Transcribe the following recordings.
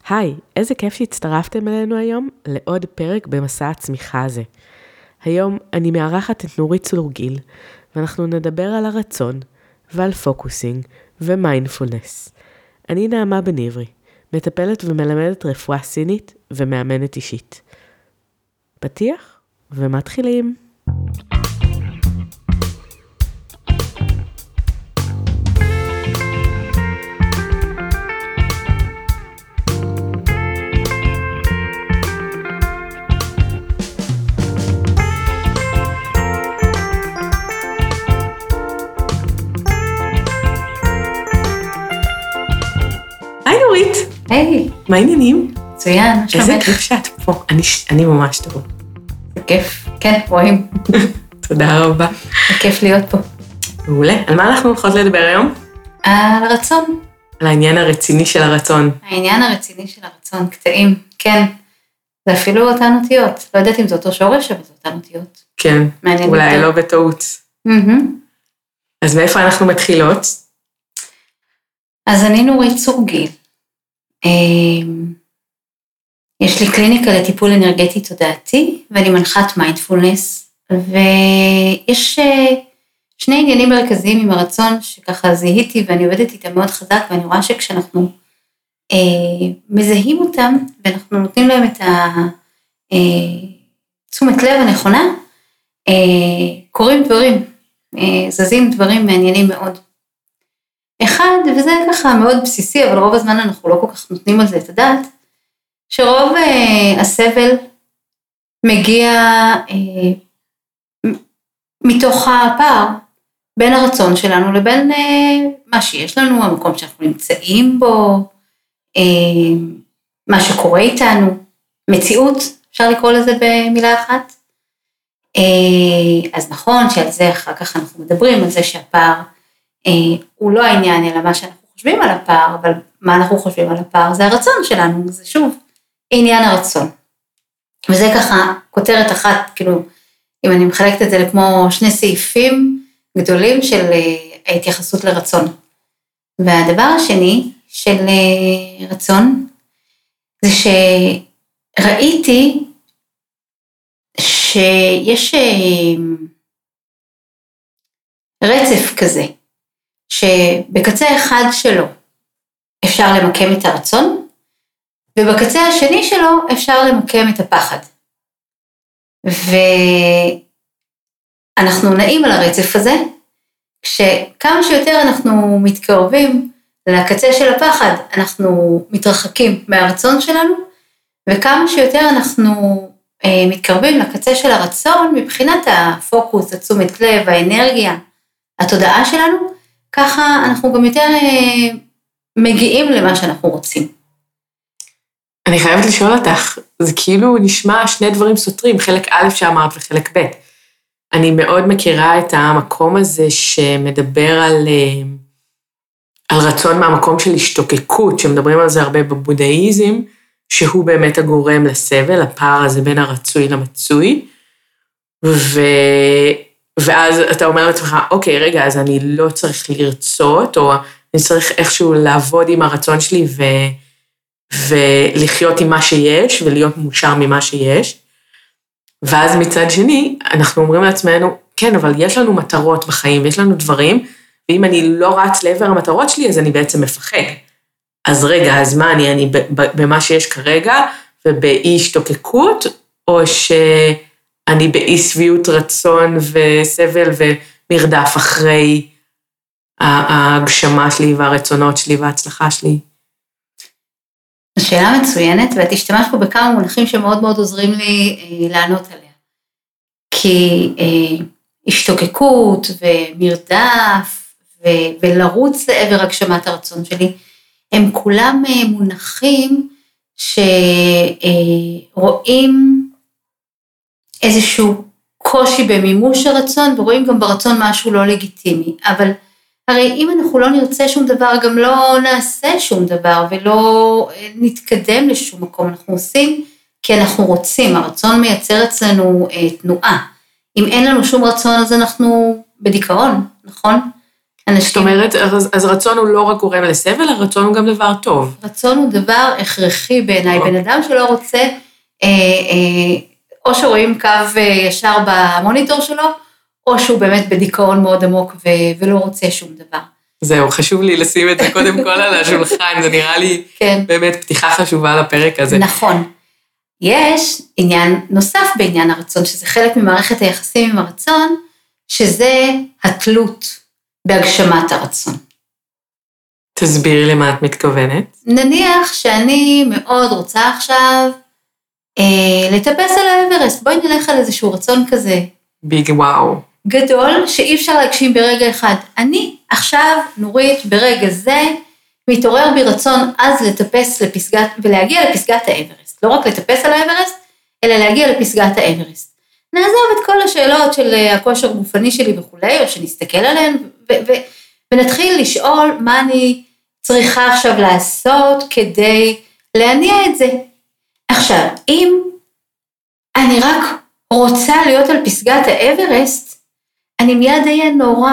היי, איזה כיף שהצטרפתם אלינו היום לעוד פרק במסע הצמיחה הזה. היום אני מארחת את נורית צור-גיל, ואנחנו נדבר על הרצון ועל פוקוסינג ומיינדפולנס. אני נעמה בן עברי, מטפלת ומלמדת רפואה סינית ומאמנת אישית. פתיח ומתחילים. היי. מה העניינים? מצוין. איזה כיף שאת פה. אני ממש טוב. זה כיף. כן, רואים. תודה רבה. זה כיף להיות פה. מעולה. על מה אנחנו הולכות לדבר היום? על הרצון. על העניין הרציני של הרצון. העניין הרציני של הרצון, קטעים. כן. זה אפילו אותן אותיות. לא יודעת אם זה אותו שורש, אבל זה אותן אותיות. כן. מעניין. אולי לא בטעות. אז מאיפה אנחנו מתחילות? אז אני נורית צור-גיל. יש לי קליניקה לטיפול אנרגטי תודעתי, ואני מנחת מיינדפולנס, ויש שני עניינים מרכזיים עם הרצון, שככה זיהיתי ואני עובדת איתם מאוד חזק, ואני רואה שכשאנחנו מזהים אותם, ואנחנו נותנים להם את תשומת לב הנכונה, קורים דברים, זזים דברים מעניינים מאוד. אחד, וזה ככה מאוד בסיסי, אבל רוב הזמן אנחנו לא כל כך נותנים על זה את הדעת, שרוב הסבל מגיע מתוך הפער בין הרצון שלנו לבין מה שיש לנו, המקום שאנחנו נמצאים בו, מה שקורה איתנו, מציאות, אפשר לקרוא לזה במילה אחת. אז נכון שעל זה אחר כך אנחנו מדברים, על זה שהפער, הוא לא העניין, אלא מה שאנחנו חושבים על הפער, אבל מה אנחנו חושבים על הפער, זה הרצון שלנו, זה שוב, עניין הרצון. וזה ככה, כותרת אחת, כאילו, אם אני מחלקת את זה לכמו שני סעיפים גדולים של ההתייחסות לרצון. והדבר השני של רצון, זה שראיתי שיש רצף כזה, שבקצה אחד שלו אפשר למקם את הרצון, ובקצה השני שלו אפשר למקם את הפחד. ואנחנו נעים על הרצף הזה, כשכמה שיותר אנחנו מתקרבים לקצה של הפחד, אנחנו מתרחקים מהרצון שלנו, וכמה שיותר אנחנו מתקרבים לקצה של הרצון, מבחינת הפוקוס, התשומת לב, האנרגיה, התודעה שלנו, ככה אנחנו גם יותר מגיעים למה שאנחנו רוצים. אני חייבת לשאול אותך, זה כאילו נשמע שני דברים סותרים, חלק א' שאמרת וחלק ב'. אני מאוד מכירה את המקום הזה שמדבר על רצון מהמקום של השתוקקות, שמדברים על זה הרבה בבודהיזם, שהוא באמת הגורם לסבל, הפער הזה בין הרצוי למצוי, ואז אתה אומר לעצמך, אוקיי, רגע, אז אני לא צריך לרצות, או אני צריך איכשהו לעבוד עם הרצון שלי, ולחיות עם מה שיש, ולהיות מאושר ממה שיש. ואז מצד שני, אנחנו אומרים לעצמנו, כן, אבל יש לנו מטרות בחיים, יש לנו דברים, ואם אני לא רץ לעבר המטרות שלי, אז אני בעצם מפחד. אז רגע, אז מה אני במה שיש כרגע, ובאי השתוקקות, או שאני באי שביעות רצון וסבל ומרדף אחרי ההגשמה שלי והרצונות שלי וההצלחה שלי. השאלה מצוינת, ואת השתמשת פה בכמה מונחים שמאוד מאוד עוזרים לי לענות עליה. כי השתוקקות ומרדף ולרוץ לעבר הגשמת הרצון שלי, הם כולם מונחים שרואים איזשהו קושי במימוש הרצון, ורואים גם ברצון משהו לא לגיטימי. אבל הרי אם אנחנו לא נרצה שום דבר, גם לא נעשה שום דבר, ולא נתקדם לשום מקום. אנחנו עושים כי אנחנו רוצים, הרצון מייצר אצלנו תנועה. אם אין לנו שום רצון, אז אנחנו בדיכאון, נכון? זאת אומרת, אז רצון הוא לא רק גורם לסבל, הרצון הוא גם דבר טוב. רצון הוא דבר הכרחי בעיניי, בן אדם שלא רוצה, או שרואים קו ישר במוניטור שלו, או שהוא באמת בדיכאון מאוד עמוק ולא רוצה שום דבר. זהו, חשוב לי לשים את זה קודם כל על השולחן, זה נראה לי באמת פתיחה חשובה לפרק הזה. נכון. יש עניין נוסף בעניין הרצון, שזה חלק ממערכת היחסים עם הרצון, שזה התלות בהגשמת הרצון. תסבירי למה את מתכוונת. נניח שאני מאוד רוצה עכשיו לטפס על האברסט, בואי נלך על איזשהו רצון כזה. ביג וואו. גדול, שאי אפשר להגשים ברגע אחד. אני עכשיו, נורית, ברגע זה, מתעורר בי רצון אז לטפס לפסגת, ולהגיע לפסגת האברסט. לא רק לטפס על האברסט, אלא להגיע לפסגת האברסט. נעזוב את כל השאלות של הכושר הגופני שלי וכולי, או שנסתכל עליהן, ונתחיל לשאול מה אני צריכה עכשיו לעשות כדי להניע את זה. עכשיו, אם אני רק רוצה להיות על פסגת האברסט, אני מיד אהיה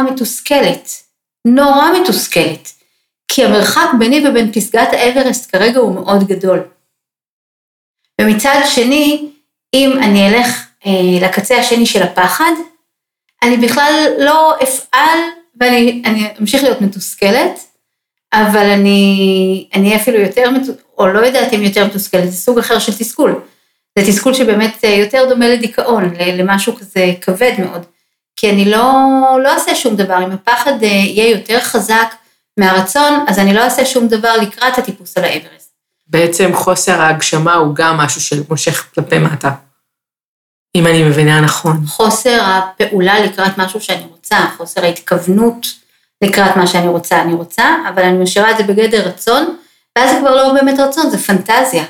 נורא מתוסכלת, כי המרחק ביני ובין פסגת האברסט כרגע הוא מאוד גדול. ומצד שני, אם אני אלך לקצה השני של הפחד, אני בכלל לא אפעל, ואני אמשיך להיות מתוסכלת, אבל אני אהיה אפילו יותר, או לא יודעת אם יותר מתוסכלת, זה סוג אחר של תסכול. זה תסכול שבאמת יותר דומה לדיכאון, למשהו כזה כבד מאוד, כי אני לא אעשה שום דבר, אם הפחד יהיה יותר חזק מהרצון, אז אני לא אעשה שום דבר לקראת הטיפוס על האברסט. בעצם חוסר ההגשמה הוא גם משהו שמושך כלפי מטה, אם אני מבינה נכון. חוסר הפעולה לקראת משהו שאני רוצה, חוסר ההתכוונות לקראת מה שאני רוצה, אבל אני משאירה את זה בגדר רצון, ואז זה כבר לא באמת רצון, זה פנטזיה.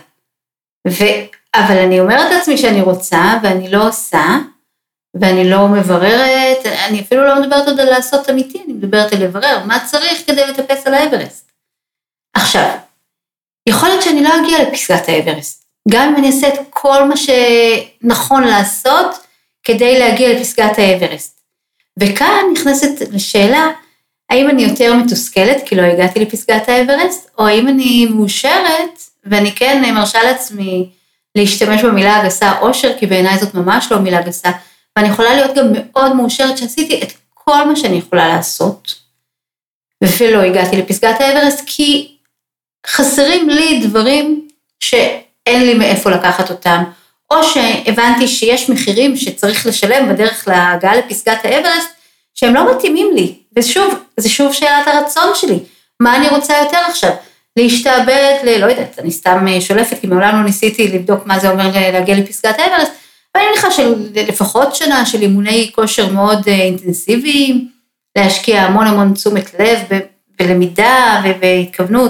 אבל אני אומרת לעצמי שאני רוצה, ואני לא עושה, ואני לא מבררת, אני אפילו לא מדברת עוד על לעשות אמיתי, אני מדברת על לברר, מה צריך כדי לטפס על האברסט. עכשיו, יכול להיות שאני לא אגיע לפסגת האברסט, גם אם אני אעשה את כל מה שנכון לעשות, כדי להגיע לפסגת האברסט. וכאן נכנסת לשאלה, האם אני יותר מתוסכלת, כי לא הגעתי לפסגת האברסט, או האם אני מאושרת, ואני כן מרשה לעצמי להשתמש במילה הגסה אושר, כי בעיניי זאת ממש לא מילה גסה, ואני יכולה להיות גם מאוד מאושרת שעשיתי את כל מה שאני יכולה לעשות, ולא הגעתי לפסגת האברסט, כי חסרים לי דברים שאין לי מאיפה לקחת אותם, או שהבנתי שיש מחירים שצריך לשלם בדרך להגעה לפסגת האברסט, שהם לא מתאימים לי, ושוב, זה שוב שאלת הרצון שלי, מה אני רוצה יותר עכשיו? להשתעבד, לא יודעת, אני סתם שולפת, כי מעולם לא ניסיתי לבדוק מה זה אומר להגיע לפסגת האברסט, ואני מניחה שלפחות שנה של אימוני כושר מאוד אינטנסיביים, להשקיע המון תשומת לב בלמידה ובהתכוונות,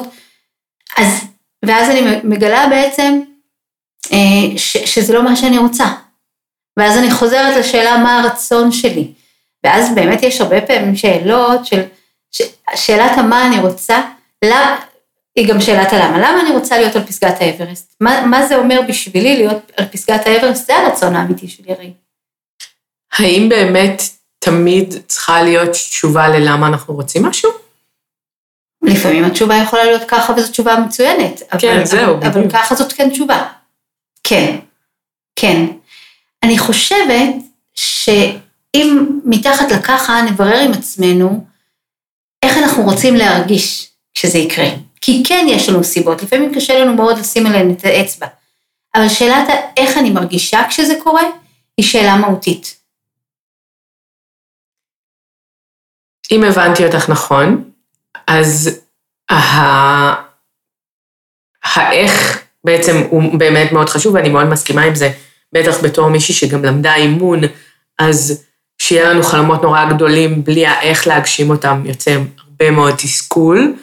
ואז אני מגלה בעצם שזה לא מה שאני רוצה, ואז אני חוזרת לשאלה מה הרצון שלי, ואז באמת יש הרבה פעמים שאלות שאלת המה אני רוצה, היא גם שאלת הלמה. למה אני רוצה להיות על פסגת האברסט? מה זה אומר בשבילי להיות על פסגת האברסט? זה הרצון האמיתי שלי הרי. האם באמת תמיד צריכה להיות תשובה ללמה אנחנו רוצים משהו? לפעמים התשובה יכולה להיות ככה, וזו תשובה מצוינת. כן, זהו. אבל ככה זאת כן תשובה. כן. אני חושבת שאם מתחת לככה נברר עם עצמנו, איך אנחנו רוצים להרגיש כשזה יקרה. כי כן יש לנו סיבות, לפעמים קשה לנו מאוד לשים עליהן את האצבע, אבל שאלת איך אני מרגישה כשזה קורה, היא שאלה מהותית. אם הבנתי אותך נכון, אז האיך בעצם הוא באמת מאוד חשוב, ואני מאוד מסכימה עם זה, בטח בתור מישהי שגם למדה אימון, אז שיהיה לנו חלומות נורא גדולים, בלי האיך להגשים אותם, יוצא הרבה מאוד תסכול,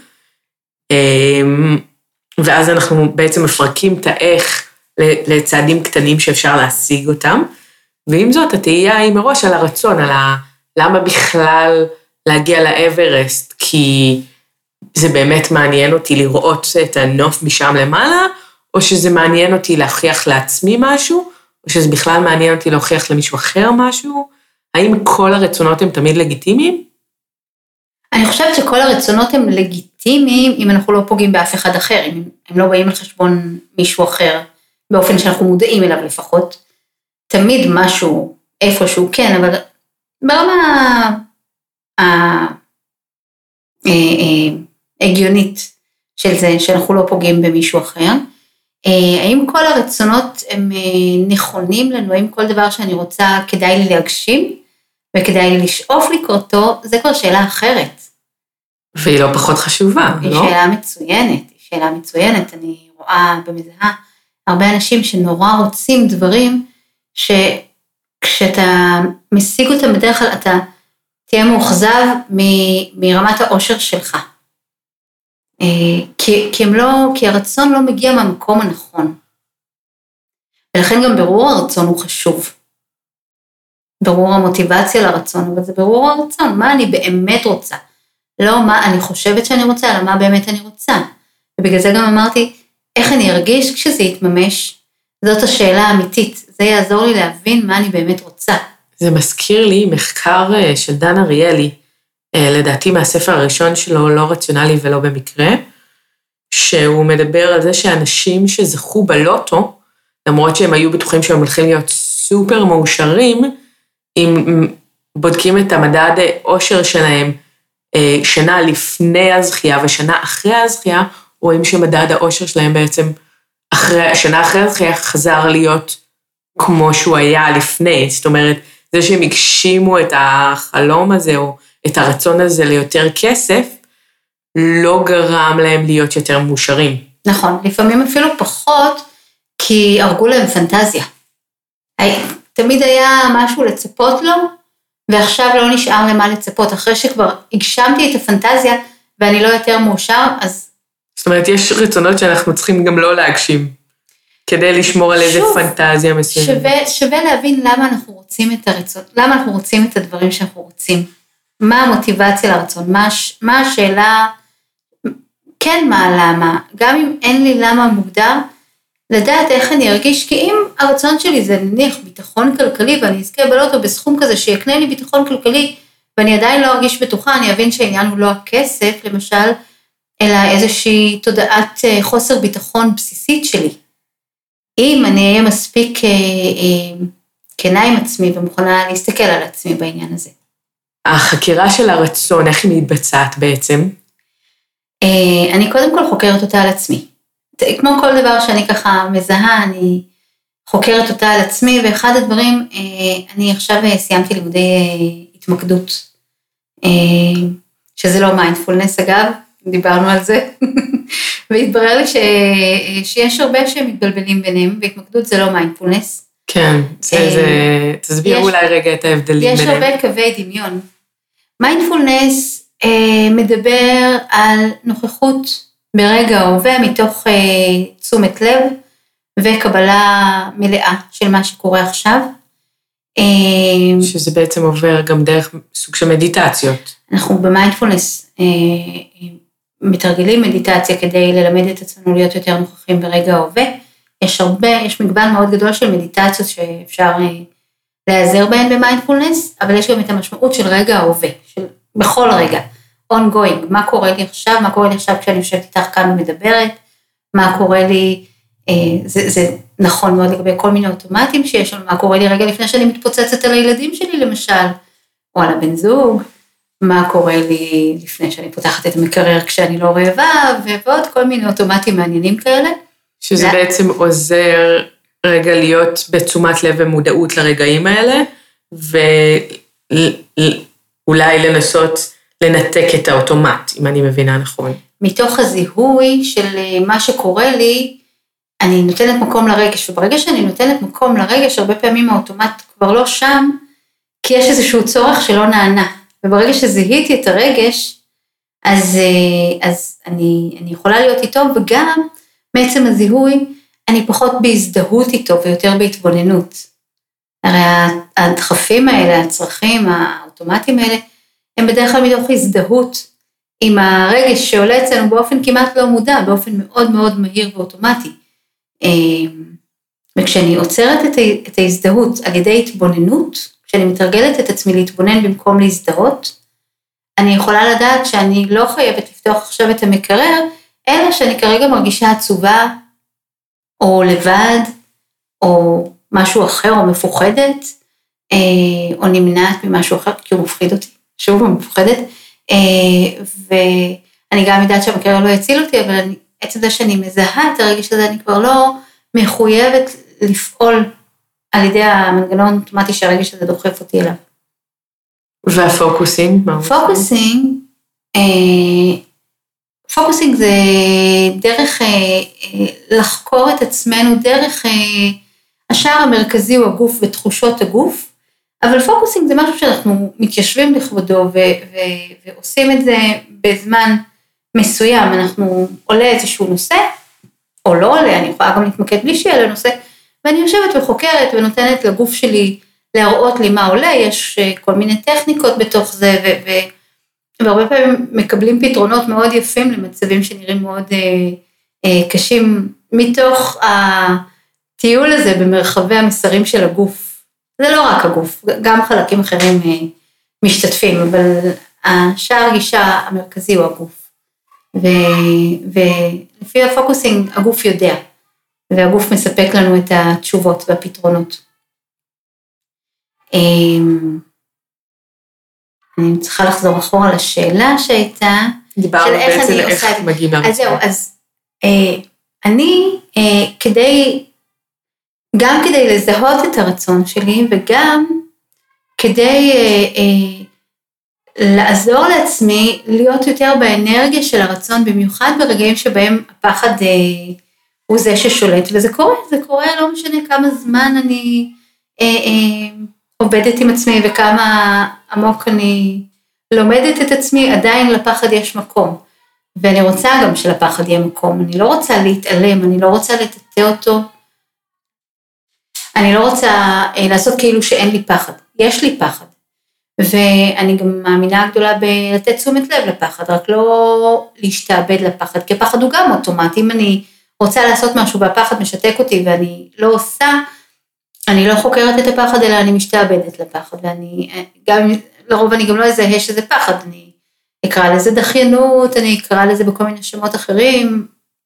ואז אנחנו בעצם מפרקים את האיך לצעדים קטנים שאפשר להשיג אותם, ועם זאת התהייה היא מראש על הרצון, על למה בכלל להגיע לאברסט, כי זה באמת מעניין אותי לראות את הנוף משם למעלה, או שזה מעניין אותי להוכיח לעצמי משהו, או שזה בכלל מעניין אותי להוכיח למישהו אחר משהו, האם כל הרצונות הם תמיד לגיטימיים? אני חושבת שכל הרצונות הם לגיטימיים, אם אנחנו לא פוגעים באף אחד אחר, אם הם לא באים על חשבון מישהו אחר, באופן שאנחנו מודעים אליו לפחות, תמיד משהו, איפשהו כן, אבל ברמה ההגיונית של זה, שאנחנו לא פוגעים במישהו אחר, האם כל הרצונות הם נכונים לנו, האם כל דבר שאני רוצה כדאי לי להגשים, וכדאי לי לשאוף לקראתו, זה כבר שאלה אחרת. והיא לא פחות חשובה, היא לא? היא שאלה מצוינת, אני רואה במזהה הרבה אנשים שנורא רוצים דברים, שכשאתה משיג אותם בדרך כלל, אתה תהיה מאוכזב מרמת האושר שלך. כי הרצון לא מגיע מהמקום הנכון. ולכן גם ברור הרצון הוא חשוב. ברור המוטיבציה לרצון, אבל זה ברור הרצון, מה אני באמת רוצה. לא מה אני חושבת שאני רוצה, אלא מה באמת אני רוצה. ובגלל זה גם אמרתי, איך אני ארגיש כשזה יתממש, זאת השאלה האמיתית. זה יעזור לי להבין מה אני באמת רוצה. זה מזכיר לי מחקר של דן אריאלי, לדעתי מהספר הראשון שלו, לא רציונלי ולא במקרה, שהוא מדבר על זה שאנשים שזכו בלוטו, למרות שהם היו בטוחים שהם הולכים להיות סופר מאושרים, אם בודקים את המדד אושר שלהם שנה לפני הזכייה ושנה אחרי הזכייה, רואים שמדד האושר שלהם בעצם שנה אחרי הזכייה חזר להיות כמו שהוא היה לפני, זאת אומרת, זה שהם הגשימו את החלום הזה או את הרצון הזה ליותר כסף, לא גרם להם להיות יותר מאושרים. נכון, לפעמים אפילו פחות, כי הרגו להם פנטזיה. תמיד היה משהו לצפות לו, ועכשיו לא נשאר למה לצפות. אחרי שכבר הגשמתי את הפנטזיה, ואני לא יותר מאושר, אז... זאת אומרת, יש רצונות שאנחנו צריכים גם לא להגשים, כדי לשמור על איזה פנטזיה מסוימת. שווה להבין למה אנחנו רוצים את הרצון, למה אנחנו רוצים את הדברים שאנחנו רוצים. מה המוטיבציה לרצון, מה השאלה, כן מה למה, גם אם אין לי למה מוגדר, לדעת איך אני ארגיש, כי אם הרצון שלי זה נניח ביטחון כלכלי, ואני אזכה בלוטו בסכום כזה שיקנה לי ביטחון כלכלי, ואני עדיין לא ארגיש בטוחה, אני אבין שהעניין הוא לא הכסף, למשל, אלא איזושהי תודעת חוסר ביטחון בסיסית שלי. אם אני אהיה מספיק כנה עם עצמי, ומוכנה להסתכל על עצמי בעניין הזה. החקירה של הרצון, איך היא מתבצעת בעצם? אני קודם כל חוקרת אותה על עצמי. כמו כל דבר שאני ככה מזהה, אני חוקרת אותה על עצמי, ואחד הדברים, אני עכשיו סיימתי לימודי התמקדות, שזה לא מיינדפולנס אגב, דיברנו על זה, והתברר לי שיש הרבה שהם מתבלבלים ביניהם, והתמקדות זה לא מיינדפולנס. כן, תסביר אולי רגע את ההבדלים ביניהם. יש הרבה קווי דמיון. מיינדפולנס מדבר על נוכחות ברגע ההווה מתוך תשומת לב וקבלה מלאה של מה שקורה עכשיו. שזה בעצם עובר גם דרך סוג של מדיטציות. אנחנו במיינדפולנס מתרגלים מדיטציה כדי ללמד את עצמנו להיות יותר נוכחים ברגע ההווה. יש מגוון מאוד גדול של מדיטציות שאפשר להיעזר בהן במיינדפולנס, אבל יש גם את המשמעות של רגע ההווה, בכל רגע. ongoing, מה קורה לי עכשיו, מה קורה לי עכשיו כשאני יושבת איתך כאן ומדברת, מה קורה לי, זה נכון מאוד לגבי כל מיני אוטומטים שיש לנו, מה קורה לי רגע לפני שאני מתפוצצת על הילדים שלי למשל, או על הבן זוג, מה קורה לי לפני שאני פותחת את המקרר כשאני לא רעבה, ועוד כל מיני אוטומטים מעניינים כאלה. שזה בעצם עוזר רגע להיות בתשומת לב ומודעות לרגעים האלה, ואולי לנסות לנתק את האוטומט, אם אני מבינה נכון. מתוך הזיהוי של מה שקורה לי, אני נותנת מקום לרגש, וברגע שאני נותנת מקום לרגש, הרבה פעמים האוטומט כבר לא שם, כי יש איזשהו צורך שלא נענה, וברגע שזיהיתי את הרגש, אז אני יכולה להיות איתו, וגם מעצם הזיהוי, אני פחות בהזדהות איתו, ויותר בהתבוננות. הרי הדחפים האלה, הצרכים, האוטומטיים האלה, הם בדרך כלל מתוך הזדהות עם הרגש שעולה אצלנו באופן כמעט לא מודע, באופן מאוד מאוד מהיר ואוטומטי. וכשאני עוצרת את ההזדהות על ידי התבוננות, כשאני מתרגלת את עצמי להתבונן במקום להזדהות, אני יכולה לדעת שאני לא חייבת לפתוח עכשיו את המקרר, אלא שאני כרגע מרגישה עצובה, או לבד, או משהו אחר, או מפוחדת, או נמנעת ממשהו אחר, כי הוא מפחיד אותי, שוב, אני מפוחדת, ואני גם יודעת שהמקרר לא יציל אותי, אבל עצם זה שאני מזהה את הרגש הזה, אני כבר לא מחויבת לפעול על ידי המנגנון אוטומטי שהרגש הזה דוחף אותי אליו. והפוקוסינג? פוקוסינג זה דרך לחקור את עצמנו, דרך השער המרכזי הוא הגוף ותחושות הגוף, אבל פוקוסינג זה משהו שאנחנו מתיישבים לכבודו ועושים את זה בזמן מסוים, אנחנו עולה איזשהו נושא, או לא עולה, אני יכולה גם להתמקד בלי שיהיה לנושא, ואני יושבת וחוקרת ונותנת לגוף שלי להראות לי מה עולה, יש כל מיני טכניקות בתוך זה, והרבה פעמים מקבלים פתרונות מאוד יפים למצבים שנראים מאוד קשים, מתוך הטיול הזה במרחבי המסרים של הגוף. זה לא רק הגוף, גם חלקים אחרים משתתפים, אבל השער גישה המרכזי הוא הגוף. ולפי הפוקוסינג הגוף יודע, והגוף מספק לנו את התשובות והפתרונות. אני צריכה לחזור אחורה לשאלה שהייתה, דיברנו בעצם איך מגיעים לרצון. אז זהו, אז אני גם כדי לזהות את הרצון שלי, וגם כדי לעזור לעצמי להיות יותר באנרגיה של הרצון, במיוחד ברגעים שבהם הפחד הוא זה ששולט, וזה קורה, לא משנה כמה זמן אני עובדת עם עצמי, וכמה עמוק אני לומדת את עצמי, עדיין לפחד יש מקום, ואני רוצה גם שלפחד יהיה מקום, אני לא רוצה להתעלם, אני לא רוצה לטאטא אותו, אני לא רוצה לעשות כאילו שאין לי פחד, יש לי פחד, ואני גם מאמינה גדולה בלתת תשומת לב לפחד, רק לא להשתעבד לפחד, כי הפחד הוא גם אוטומטי, אם אני רוצה לעשות משהו והפחד משתק אותי ואני לא עושה, אני לא חוקרת את הפחד, אלא אני משתעבדת לפחד, ואני גם, לרוב אני גם לא אזהה שזה פחד, אני אקרא לזה דחיינות, אני אקרא לזה בכל מיני שמות אחרים,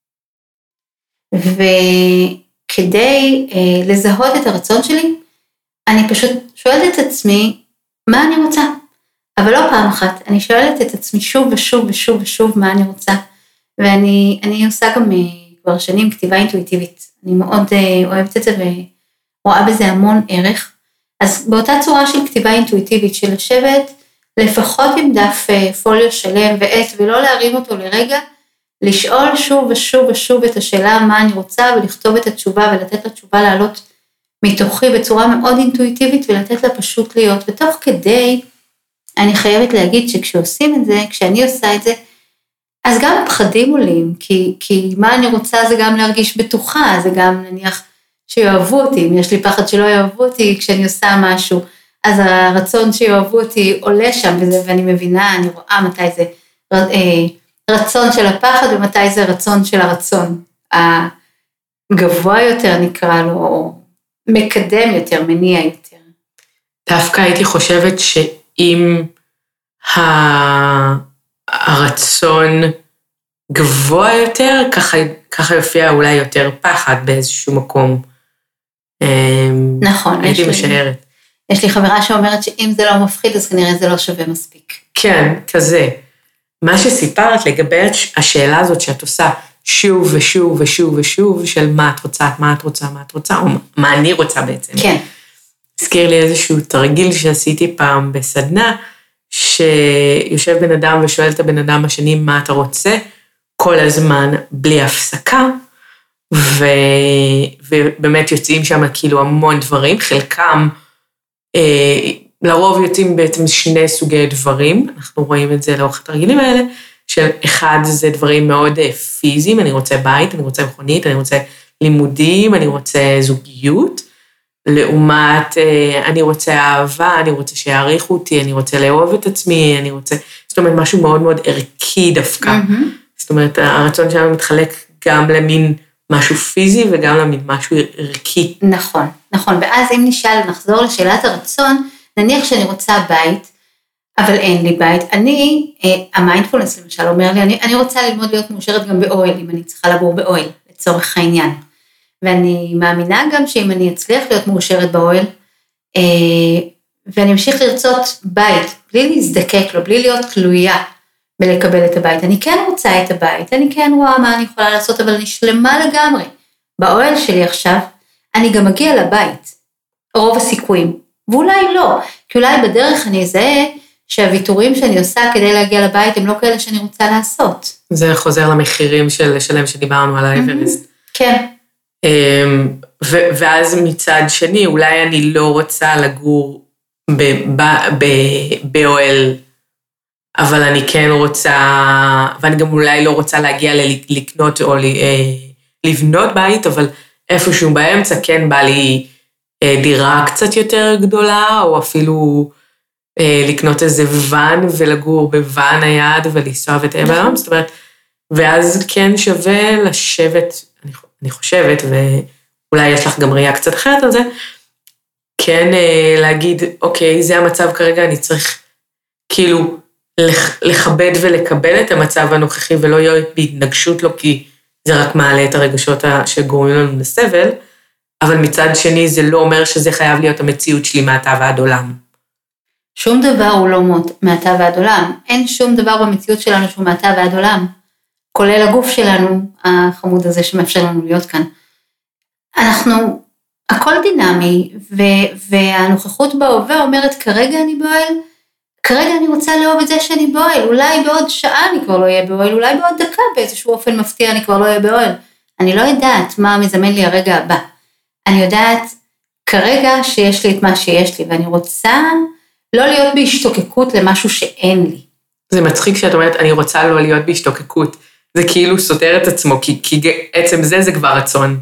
וכדי לזהות את הרצון שלי, אני פשוט שואלת את עצמי, מה אני רוצה? אבל לא פעם אחת, אני שואלת את עצמי שוב ושוב ושוב ושוב מה אני רוצה, ואני עושה גם כבר שנים כתיבה אינטואיטיבית, אני מאוד אוהבת את זה ורואה בזה המון ערך, אז באותה צורה של כתיבה אינטואיטיבית, של לשבת לפחות עם דף פוליו שלם ועט, ולא להרים אותו לרגע, לשאול שוב ושוב ושוב את השאלה מה אני רוצה, ולכתוב את התשובה ולתת לתשובה לעלות מתוכי בצורה מאוד אינטואיטיבית, ולתת לה פשוט להיות, ותוך כדי אני חייבת להגיד שכשעושים את זה, כשאני עושה את זה, אז גם הפחדים עולים, כי מה אני רוצה זה גם להרגיש בטוחה, זה גם נניח שיאהבו אותי, אם יש לי פחד שלא יאהבו אותי כשאני עושה משהו, אז הרצון שיאהבו אותי עולה שם, ואני מבינה, אני רואה מתי זה רצון של הפחד, ומתי זה רצון של הרצון, הגבוה יותר נקרא לו, או מקדם יותר, מניע יותר. דווקא הייתי חושבת שאם הרצון גבוה יותר, ככה יופיע אולי יותר פחד באיזשהו מקום. נכון. הייתי משערת. יש לי חברה שאומרת שאם זה לא מפחיד, אז כנראה זה לא שווה מספיק. כן, כזה. מה שסיפרת לגבי השאלה הזאת שאת עושה שוב ושוב ושוב ושוב, של מה את רוצה, מה את רוצה, מה את רוצה, או מה אני רוצה בעצם. כן. הזכיר לי איזשהו תרגיל שעשיתי פעם בסדנה, שיושב בן אדם ושואל את הבן אדם השני מה אתה רוצה, כל הזמן בלי הפסקה, ובאמת יוצאים שם כאילו המון דברים, חלקם לרוב יוצאים בעצם שני סוגי דברים, אנחנו רואים את זה לאורך התרגילים האלה, של אחד זה דברים מאוד פיזיים, אני רוצה בית, אני רוצה מכונית, אני רוצה לימודים, אני רוצה זוגיות, לעומת אני רוצה אהבה, אני רוצה שיעריכו אותי, אני רוצה לאהוב את עצמי, אני רוצה, זאת אומרת משהו מאוד מאוד ערכי דווקא, זאת אומרת הרצון שלנו מתחלק גם למין משהו פיזי וגם למין משהו ערכי. נכון, נכון, ואז אם נחזור לשאלת הרצון, נניח שאני רוצה בית, אבל אין לי בית. המיינדפולנס למשל אומר לי, אני רוצה ללמוד להיות מאושרת גם באוהל, אם אני צריכה לגור באוהל, לצורך העניין. ואני מאמינה גם שאם אני אצליח להיות מאושרת באוהל, ואני אמשיך לרצות בית, בלי להזדקק לו, בלי להיות תלויה בלקבל את הבית. אני כן רוצה את הבית, אני כן רואה מה אני יכולה לעשות, אבל אני שלמה לגמרי. באוהל שלי עכשיו, אני גם מגיע לבית, רוב הסיכויים, ואולי לא, כי אולי בדרך אני אזהה שהוויתורים שאני עושה כדי להגיע לבית, הם לא כאלה שאני רוצה לעשות. זה חוזר למחירים שלהם שדיברנו על האברסט. כן. ואז מצד שני, אולי אני לא רוצה לגור באוהל, אבל אני כן רוצה, ואני גם אולי לא רוצה להגיע לקנות או לבנות בית, אבל איפשהו באמצע כן בא לי דירה קצת יותר גדולה, או אפילו לקנות איזה ואן ולגור בוואן היד ולנסוע וטבע היום, זאת אומרת, ואז כן שווה לשבת, אני חושבת, ואולי יש לך גם ראייה קצת אחרת על זה, כן להגיד, אוקיי, זה המצב כרגע, אני צריך כאילו לכבד ולקבל את המצב הנוכחי, ולא להיות בהתנגשות לו, כי זה רק מעלה את הרגשות שגורמים לנו לסבל, אבל מצד שני זה לא אומר שזה חייב להיות המציאות שלי מעתה ועד עולם. שום דבר הוא לא מעתה ועד עולם, אין שום דבר במציאות שלנו שהוא מעתה ועד עולם, כולל הגוף שלנו, החמוד הזה שמאפשר לנו להיות כאן. הכל דינמי, והנוכחות בהווה אומרת, כרגע אני באוהל, כרגע אני רוצה לאהוב את זה שאני באוהל, אולי בעוד שעה אני כבר לא אהיה באוהל, אולי בעוד דקה באיזשהו אופן מפתיע אני כבר לא אהיה באוהל. אני לא יודעת מה מזמן לי הרגע הבא. אני יודעת כרגע שיש לי את מה שיש לי, ואני רוצה לא להיות בהשתוקקות למשהו שאין לי. זה מצחיק שאת אומרת, אני רוצה לא להיות בהשתוקקות. זה כאילו סותר את עצמו, כי עצם זה כבר רצון.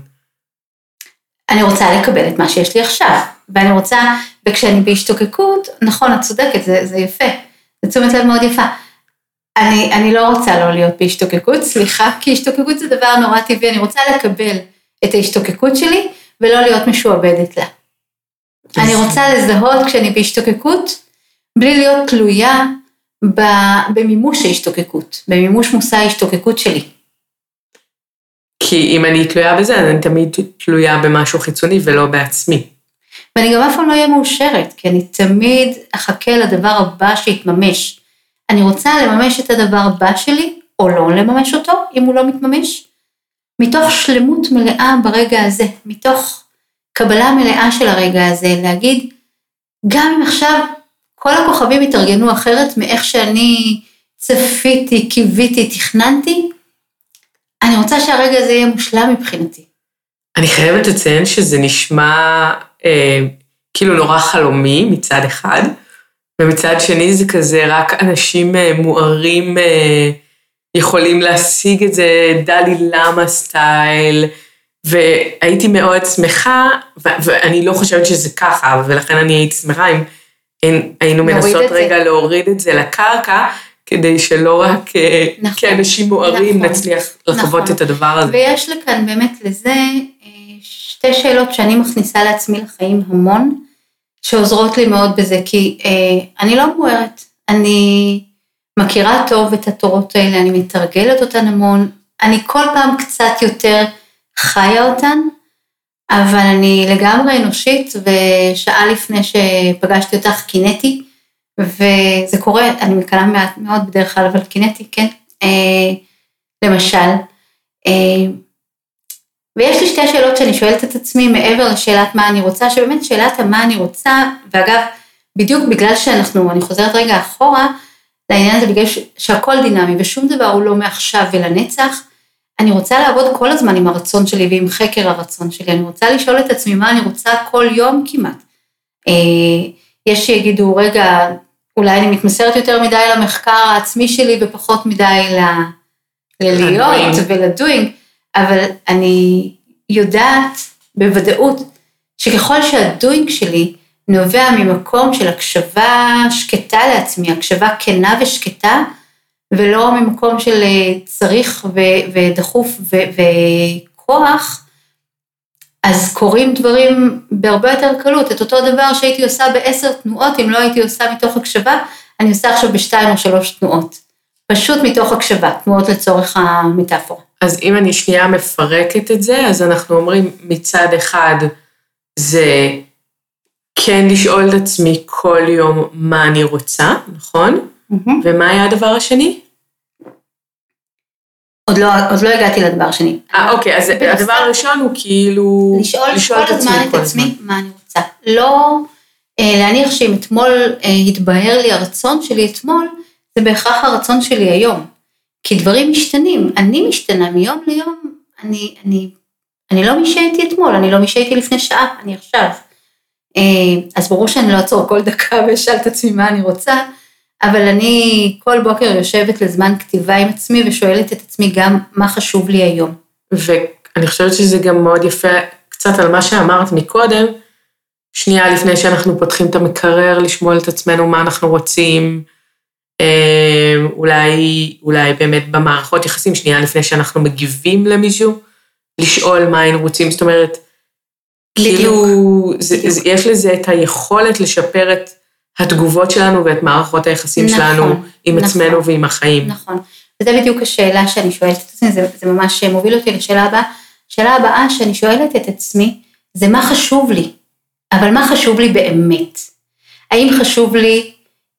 אני רוצה לקבל את מה שיש לי עכשיו, ואני רוצה, וכשאני בהשתוקקות, נכון, את צודקת, זה יפה, זה תשומת לב מאוד יפה. אני לא רוצה לא להיות בהשתוקקות, סליחה, כי השתוקקות זה דבר נורא טבעי, אני רוצה לקבל את ההשתוקקות שלי, ולא להיות משועבדת לה. אני רוצה לזהות כשאני בהשתוקקות, בלי להיות תלויה במימוש ההשתוקקות, במימוש מושא ההשתוקקות שלי. כי אם אני תלויה בזה, אני תמיד תלויה במשהו חיצוני ולא בעצמי. ואני גם אף פעם לא אהיה מאושרת, כי אני תמיד אחכה לדבר הבא שיתממש. אני רוצה לממש את הדבר הבא שלי, או לא לממש אותו, אם הוא לא מתממש, מתוך שלמות מלאה ברגע הזה, מתוך קבלה מלאה של הרגע הזה, להגיד, גם אם עכשיו כל הכוכבים יתארגנו אחרת מאיך שאני צפיתי, קיוויתי, תכננתי, אני רוצה שהרגע הזה יהיה מושלם מבחינתי. אני חייבת לציין שזה נשמע כאילו נורא חלומי מצד אחד, ומצד שני זה כזה רק אנשים מוארים יכולים להשיג את זה, דלי למה סטייל, והייתי מאוד שמחה, ואני לא חושבת שזה ככה, ולכן אני הייתי שמחה אם היינו מנסות רגע להוריד את זה לקרקע, כדי שלא רק כאנשים מוארים נצליח לחוות את הדבר הזה. ויש לכאן באמת לזה שתי שאלות שאני מכניסה לעצמי לחיים המון, שעוזרות לי מאוד בזה, כי אני לא מוארת, אני מכירה טוב את התורות האלה, אני מתרגלת אותן המון, אני כל פעם קצת יותר חיה אותן, אבל אני לגמרי אנושית, ושעה לפני שפגשתי אותך קינאתי, וזה קורה, אני מקלה מעט מאוד בדרך כלל, אבל קינאתי, כן, למשל, ויש לי שתי שאלות שאני שואלת את עצמי מעבר לשאלת מה אני רוצה, שבאמת שאלת מה אני רוצה, ואגב, בדיוק בגלל אני חוזרת רגע אחורה, לעניין הזה בגלל שהכל דינמי, ושום דבר הוא לא מעכשיו ולנצח, אני רוצה לעבוד כל הזמן עם הרצון שלי, ועם חקר הרצון שלי, אני רוצה לשאול את עצמי מה אני רוצה כל יום כמעט. יש שיגידו, רגע, אולי אני מתמסרת יותר מדי למחקר העצמי שלי, ופחות מדי ללהיות ולדוינג, אבל אני יודעת בוודאות, שככל שהדוינג שלי נובע ממקום של הקשבה שקטה לעצמי, הקשבה כנה ושקטה, ולא ממקום של צריך ודחוף וכוח, אז קורים דברים בהרבה יותר קלות, את אותו דבר שהייתי עושה ב10 תנועות, אם לא הייתי עושה מתוך הקשבה, אני עושה עכשיו ב2 או 3 תנועות, פשוט מתוך הקשבה, תנועות לצורך המטאפורה. אז אם אני שנייה מפרקת את זה, אז אנחנו אומרים מצד אחד, זה כן לשאול את עצמי כל יום מה אני רוצה, נכון? ומה היה הדבר השני? עוד לא הגעתי לדבר השני. אוקיי, אז הדבר הראשון הוא כאילו... לשאול כל הזמן את עצמי מה אני רוצה. לא להניח שאם אתמול התבהר לי הרצון שלי אתמול, זה בהכרח הרצון שלי היום. כי דברים משתנים, אני משתנה מיום ליום, אני לא מי שהייתי אתמול, אני לא מי שהייתי לפני שעה, אני עכשיו. אז ברור שאני לא אעצור כל דקה ואשאל את עצמי מה אני רוצה, אבל אני כל בוקר יושבת לזמן כתיבה עם עצמי, ושואלת את עצמי גם מה חשוב לי היום. ואני חושבת שזה גם מאוד יפה, קצת על מה שאמרת מקודם, שנייה לפני שאנחנו פותחים את המקרר, לשמוע את עצמנו מה אנחנו רוצים, אולי באמת במערכות יחסים, שנייה לפני שאנחנו מגיבים למישהו, לשאול מה היינו רוצים, זאת אומרת, כאילו, יש לזה את היכולת לשפר את התגובות שלנו ואת מערכות היחסים שלנו עם עצמנו ועם החיים. נכון, וזה בדיוק השאלה שאני שואלת את עצמי, זה ממש מוביל אותי לשאלה הבאה, השאלה הבאה שאני שואלת את עצמי, זה מה חשוב לי, אבל מה חשוב לי באמת? האם חשוב לי,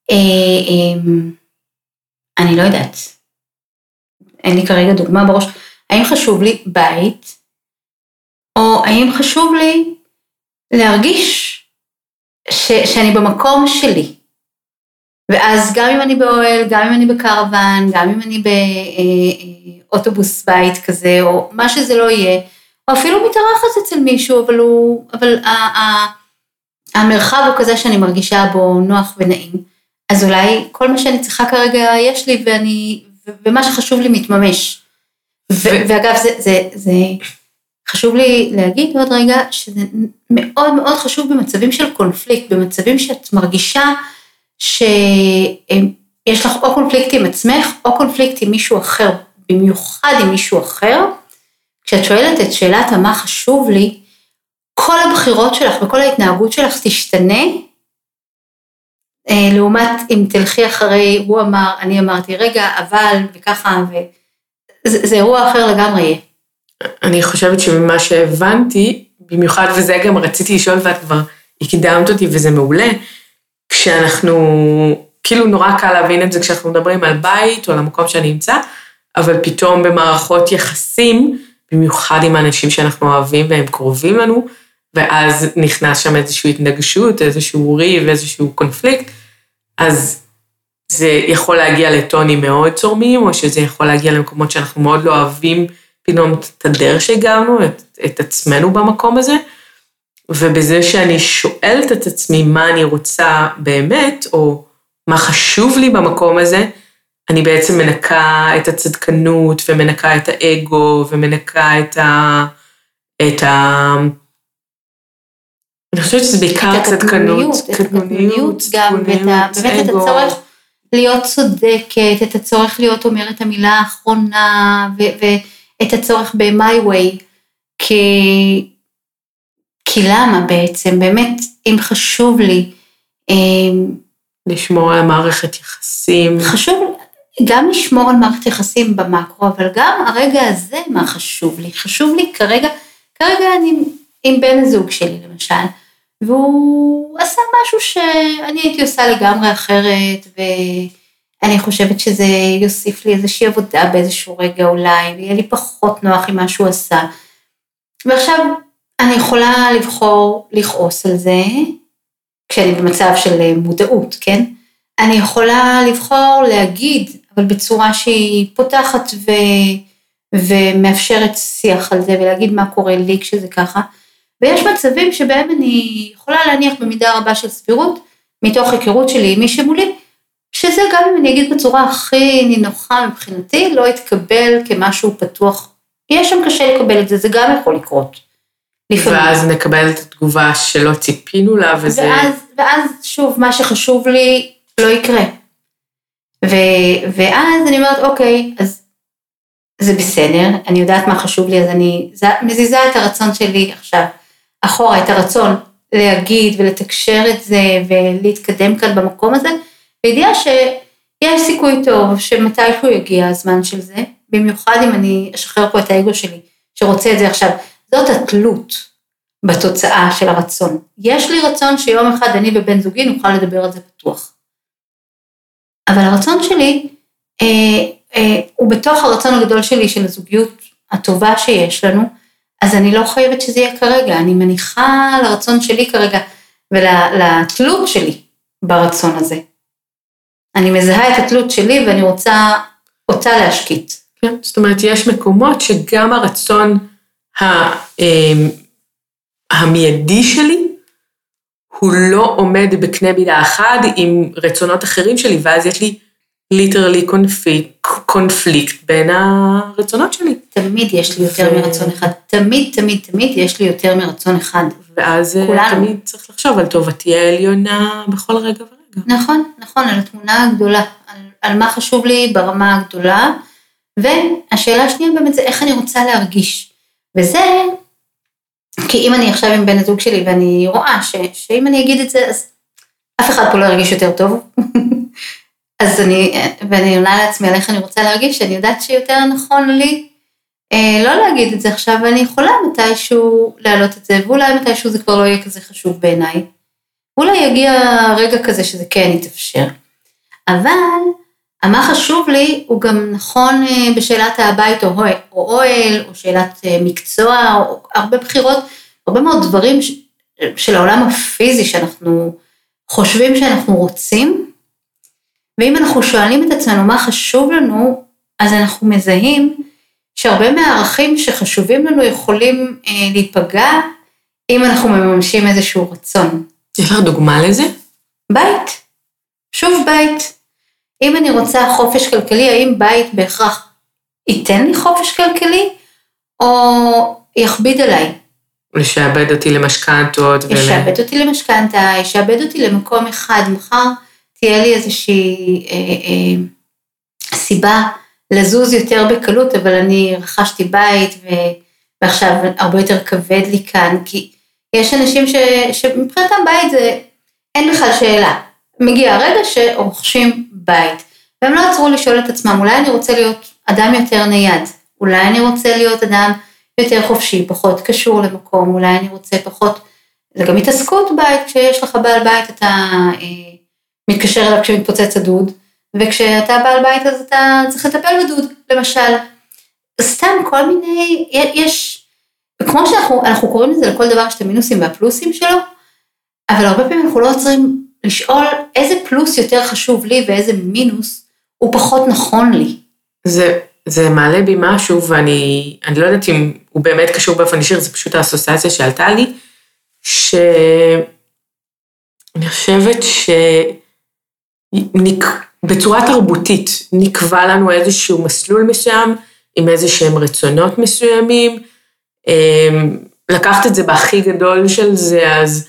אני לא יודעת, אין לי כרגע דוגמה בראש, האם חשוב לי בית, או האם חשוב לי להרגיש שאני במקום שלי, ואז גם אם אני באוהל, גם אם אני בקרוון, גם אם אני באוטובוס בית כזה, או מה שזה לא יהיה, או אפילו מתארחת אצל מישהו, אבל המרחב הוא כזה שאני מרגישה בו נוח ונעים, אז אולי כל מה שאני צריכה כרגע יש לי, ומה שחשוב לי מתממש. ואגב, זה חשוב לי להגיד עוד רגע, שזה מאוד מאוד חשוב במצבים של קונפליקט, במצבים שאת מרגישה שיש לך או קונפליקט עם עצמך, או קונפליקט עם מישהו אחר, במיוחד עם מישהו אחר, כשאת שואלת את שאלת מה חשוב לי, כל הבחירות שלך וכל ההתנהגות שלך תשתנה, לעומת אם תלכי אחרי, הוא אמר, אני אמרתי, רגע, אבל, וככה, זה אירוע אחר לגמרי יהיה. אני חושבת שממה שהבנתי, במיוחד וזה גם רציתי לשאול, ואת כבר הקדמת אותי וזה מעולה, כשאנחנו, כאילו נורא קל להבין את זה כשאנחנו מדברים על בית או על המקום שאני נמצא, אבל פתאום במערכות יחסים, במיוחד עם האנשים שאנחנו אוהבים והם קרובים לנו, ואז נכנס שם איזושהי התנגשות, איזשהו ריב, איזשהו קונפליקט, אז זה יכול להגיע לטונים מאוד צורמים, או שזה יכול להגיע למקומות שאנחנו מאוד לא אוהבים, פתאום את הדרך שהגענו, את עצמנו במקום הזה, ובזה שאני שואלת את עצמי מה אני רוצה באמת, או מה חשוב לי במקום הזה, אני בעצם מנקה את הצדקנות, ומנקה את האגו, ומנקה את אני חושבת שזה בעיקר צדקנות, קטנוניות גם, באמת את הצורך להיות צודקת, את הצורך להיות אומרת המילה האחרונה, ואת הצורך ב-my way, כי למה בעצם, באמת, אם חשוב לי, לשמור על מערכת יחסים. חשוב גם לשמור על מערכת יחסים במקרו, אבל גם הרגע הזה מה חשוב לי? חשוב לי כרגע אני עם בן הזוג שלי למשל, והוא עשה משהו שאני הייתי עושה לגמרי אחרת, ואני חושבת שזה יוסיף לי איזושהי עבודה באיזשהו רגע אולי, ויהיה לי פחות נוח עם מה שהוא עשה. ועכשיו אני יכולה לבחור לכעוס על זה, כשאני במצב של מודעות, כן? אני יכולה לבחור להגיד, אבל בצורה שהיא פותחת ומאפשרת שיח על זה, ולהגיד מה קורה לי כשזה ככה, ויש מצבים שבהם אני יכולה להניח במידה רבה של סבירות, מתוך היכרות שלי עם מי שמולי, שזה גם אם אני אגיד בצורה הכי נינוחה מבחינתי, לא יתקבל כמשהו פתוח, יהיה שם קשה לקבל את זה, זה גם יכול לקרות. ואז נקבל את התגובה שלא ציפינו לה, ואז שוב, מה שחשוב לי לא יקרה. ואז אני אומרת, אוקיי, אז זה בסדר, אני יודעת מה חשוב לי, אז אני מזיזה את הרצון שלי עכשיו, אחורה את הרצון להגיד ולתקשר את זה, ולהתקדם כאן במקום הזה, בידיעה שיש סיכוי טוב שמתישהו יגיע הזמן של זה, במיוחד אם אני אשחרר פה את האגו שלי, שרוצה את זה עכשיו, זאת התלות בתוצאה של הרצון. יש לי רצון שיום אחד אני ובן זוגי נוכל לדבר על זה פתוח. אבל הרצון שלי, הוא בתוך הרצון הגדול שלי של הזוגיות הטובה שיש לנו, אז אני לא חייבת שזה יהיה כרגע, אני מניחה לרצון שלי כרגע, ולתלות שלי ברצון הזה. אני מזהה את התלות שלי ואני רוצה אותה להשקיט. כן, זאת אומרת, יש מקומות שגם הרצון המיידי שלי, הוא לא עומד בקנה מידה אחד עם רצונות אחרים שלי, ואז יש לי ליטרלי קונפליקט בין הרצונות שלי. תמיד יש לי יותר מרצון אחד, תמיד יש לי יותר מרצון אחד. ואז תמיד צריך לחשוב על טובתי העליונה בכל רגע ורגע. נכון, על התמונה הגדולה, על מה חשוב לי ברמה הגדולה, והשאלה השנייה באמת זה איך אני רוצה להרגיש. וזה, כי אם אני עכשיו עם בן הזוג שלי ואני רואה שאם אני אגיד את זה, אז אף אחד פה לא ירגיש יותר טוב. אז ואני עונה לעצמי על איך אני רוצה להרגיש, שאני יודעת שיותר נכון לי לא להגיד את זה עכשיו, ואני יכולה מתישהו להעלות את זה, ואולי מתישהו זה כבר לא יהיה כזה חשוב בעיניי. אולי יגיע רגע כזה שזה כן יתאפשר. אבל מה חשוב לי הוא גם נכון בשאלת הבית או אוהל, או שאלת מקצוע, או הרבה בחירות, הרבה מאוד דברים של העולם הפיזי שאנחנו חושבים שאנחנו רוצים, ואם אנחנו שואלים את עצמנו מה חשוב לנו, אז אנחנו מזהים שהרבה מהערכים שחשובים לנו יכולים להיפגע, אם אנחנו מממשים איזשהו רצון. יש לך דוגמה לזה? בית. שוב בית. אם אני רוצה חופש כלכלי, האם בית בהכרח ייתן לי חופש כלכלי, או יכביד עליי? לשעבד אותי למשכנתות. ישעבד אותי למשכנתה, ישעבד אותי למקום אחד, מחר תהיה לי איזושהי סיבה לזוז יותר בקלות, אבל אני רכשתי בית, ועכשיו הרבה יותר כבד לי כאן, כי יש אנשים שמבחינתם בית זה, אין בכלל שאלה. מגיע הרגע שרוכשים בית, והם לא עצרו לשאול את עצמם, אולי אני רוצה להיות אדם יותר נייד, אולי אני רוצה להיות אדם יותר חופשי, פחות קשור למקום, אולי אני רוצה פחות, זה גם התעסקות בית, כשיש לך בעל בית אתה מתקשר אליו כשמתפוצץ הדוד, וכשאתה בעל בית אז אתה צריך לטפל בדוד, למשל. סתם כל מיני, יש, כמו שאנחנו קוראים לזה לכל דבר שאת המינוסים והפלוסים שלו, אבל הרבה פעמים אנחנו לא עוצרים לשאול איזה פלוס יותר חשוב לי ואיזה מינוס הוא פחות נכון לי. זה מעלה בי משהו, ואני לא יודעת אם הוא באמת קשור באופן ישיר, זה פשוט האסוציאציה שעלתה לי, שאני חושבת בצורה תרבותית נקבע לנו איזשהו מסלול מסוים, עם איזשהם רצונות מסוימים, לקחת את זה בהכי גדול של זה, אז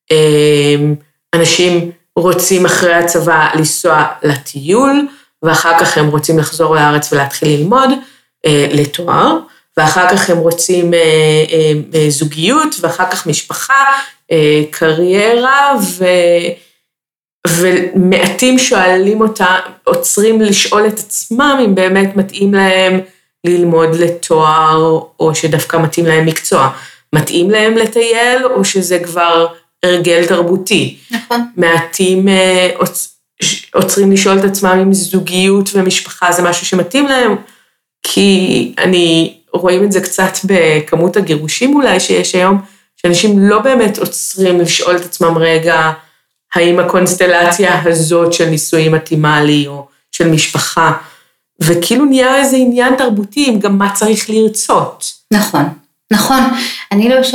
אנשים רוצים אחרי הצבא לנסוע לטיול, ואחר כך הם רוצים לחזור לארץ ולהתחיל ללמוד לתואר, ואחר כך הם רוצים זוגיות, ואחר כך משפחה, קריירה, ומעטים שואלים אותה, עוצרים לשאול את עצמם, אם באמת מתאים להם ללמוד לתואר, או שדווקא מתאים להם מקצוע. מתאים להם לטייל, או שזה כבר הרגל תרבותי. נכון. מעטים עוצרים לשאול את עצמם אם זוגיות ומשפחה זה משהו שמתאים להם, כי רואים את זה קצת בכמות הגירושים אולי שיש היום, שאנשים לא באמת עוצרים לשאול את עצמם רגע, האם הקונסטלציה הזאת של נישואים מתאימה לי, או של משפחה, וכאילו נהיה איזה עניין תרבותי, עם גם מה צריך לרצות. נכון. אני למשל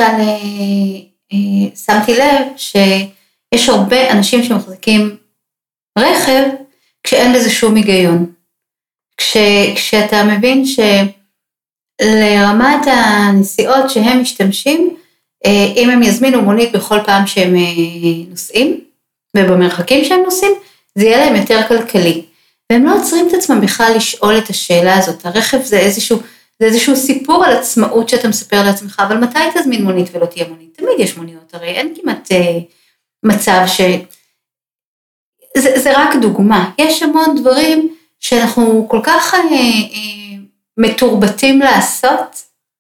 שמתי לב שיש הרבה אנשים שמחזיקים רכב, כשאין לזה שום היגיון. כשאתה מבין שלרמת הנסיעות שהם משתמשים, אם הם יזמינו מונית בכל פעם שהם נוסעים, ובמרחקים שהם נוסעים, זה יהיה להם יותר כלכלי. והם לא עוצרים את עצמם בכלל לשאול את השאלה הזאת. הרכב זה איזשהו סיפור על עצמאות שאתה מספר לעצמך, אבל מתי תזמין מונית ולא תהיה מונית? תמיד יש מוניות, הרי אין כמעט מצב זה רק דוגמה. יש המון דברים שאנחנו כל כך מתורבתים לעשות,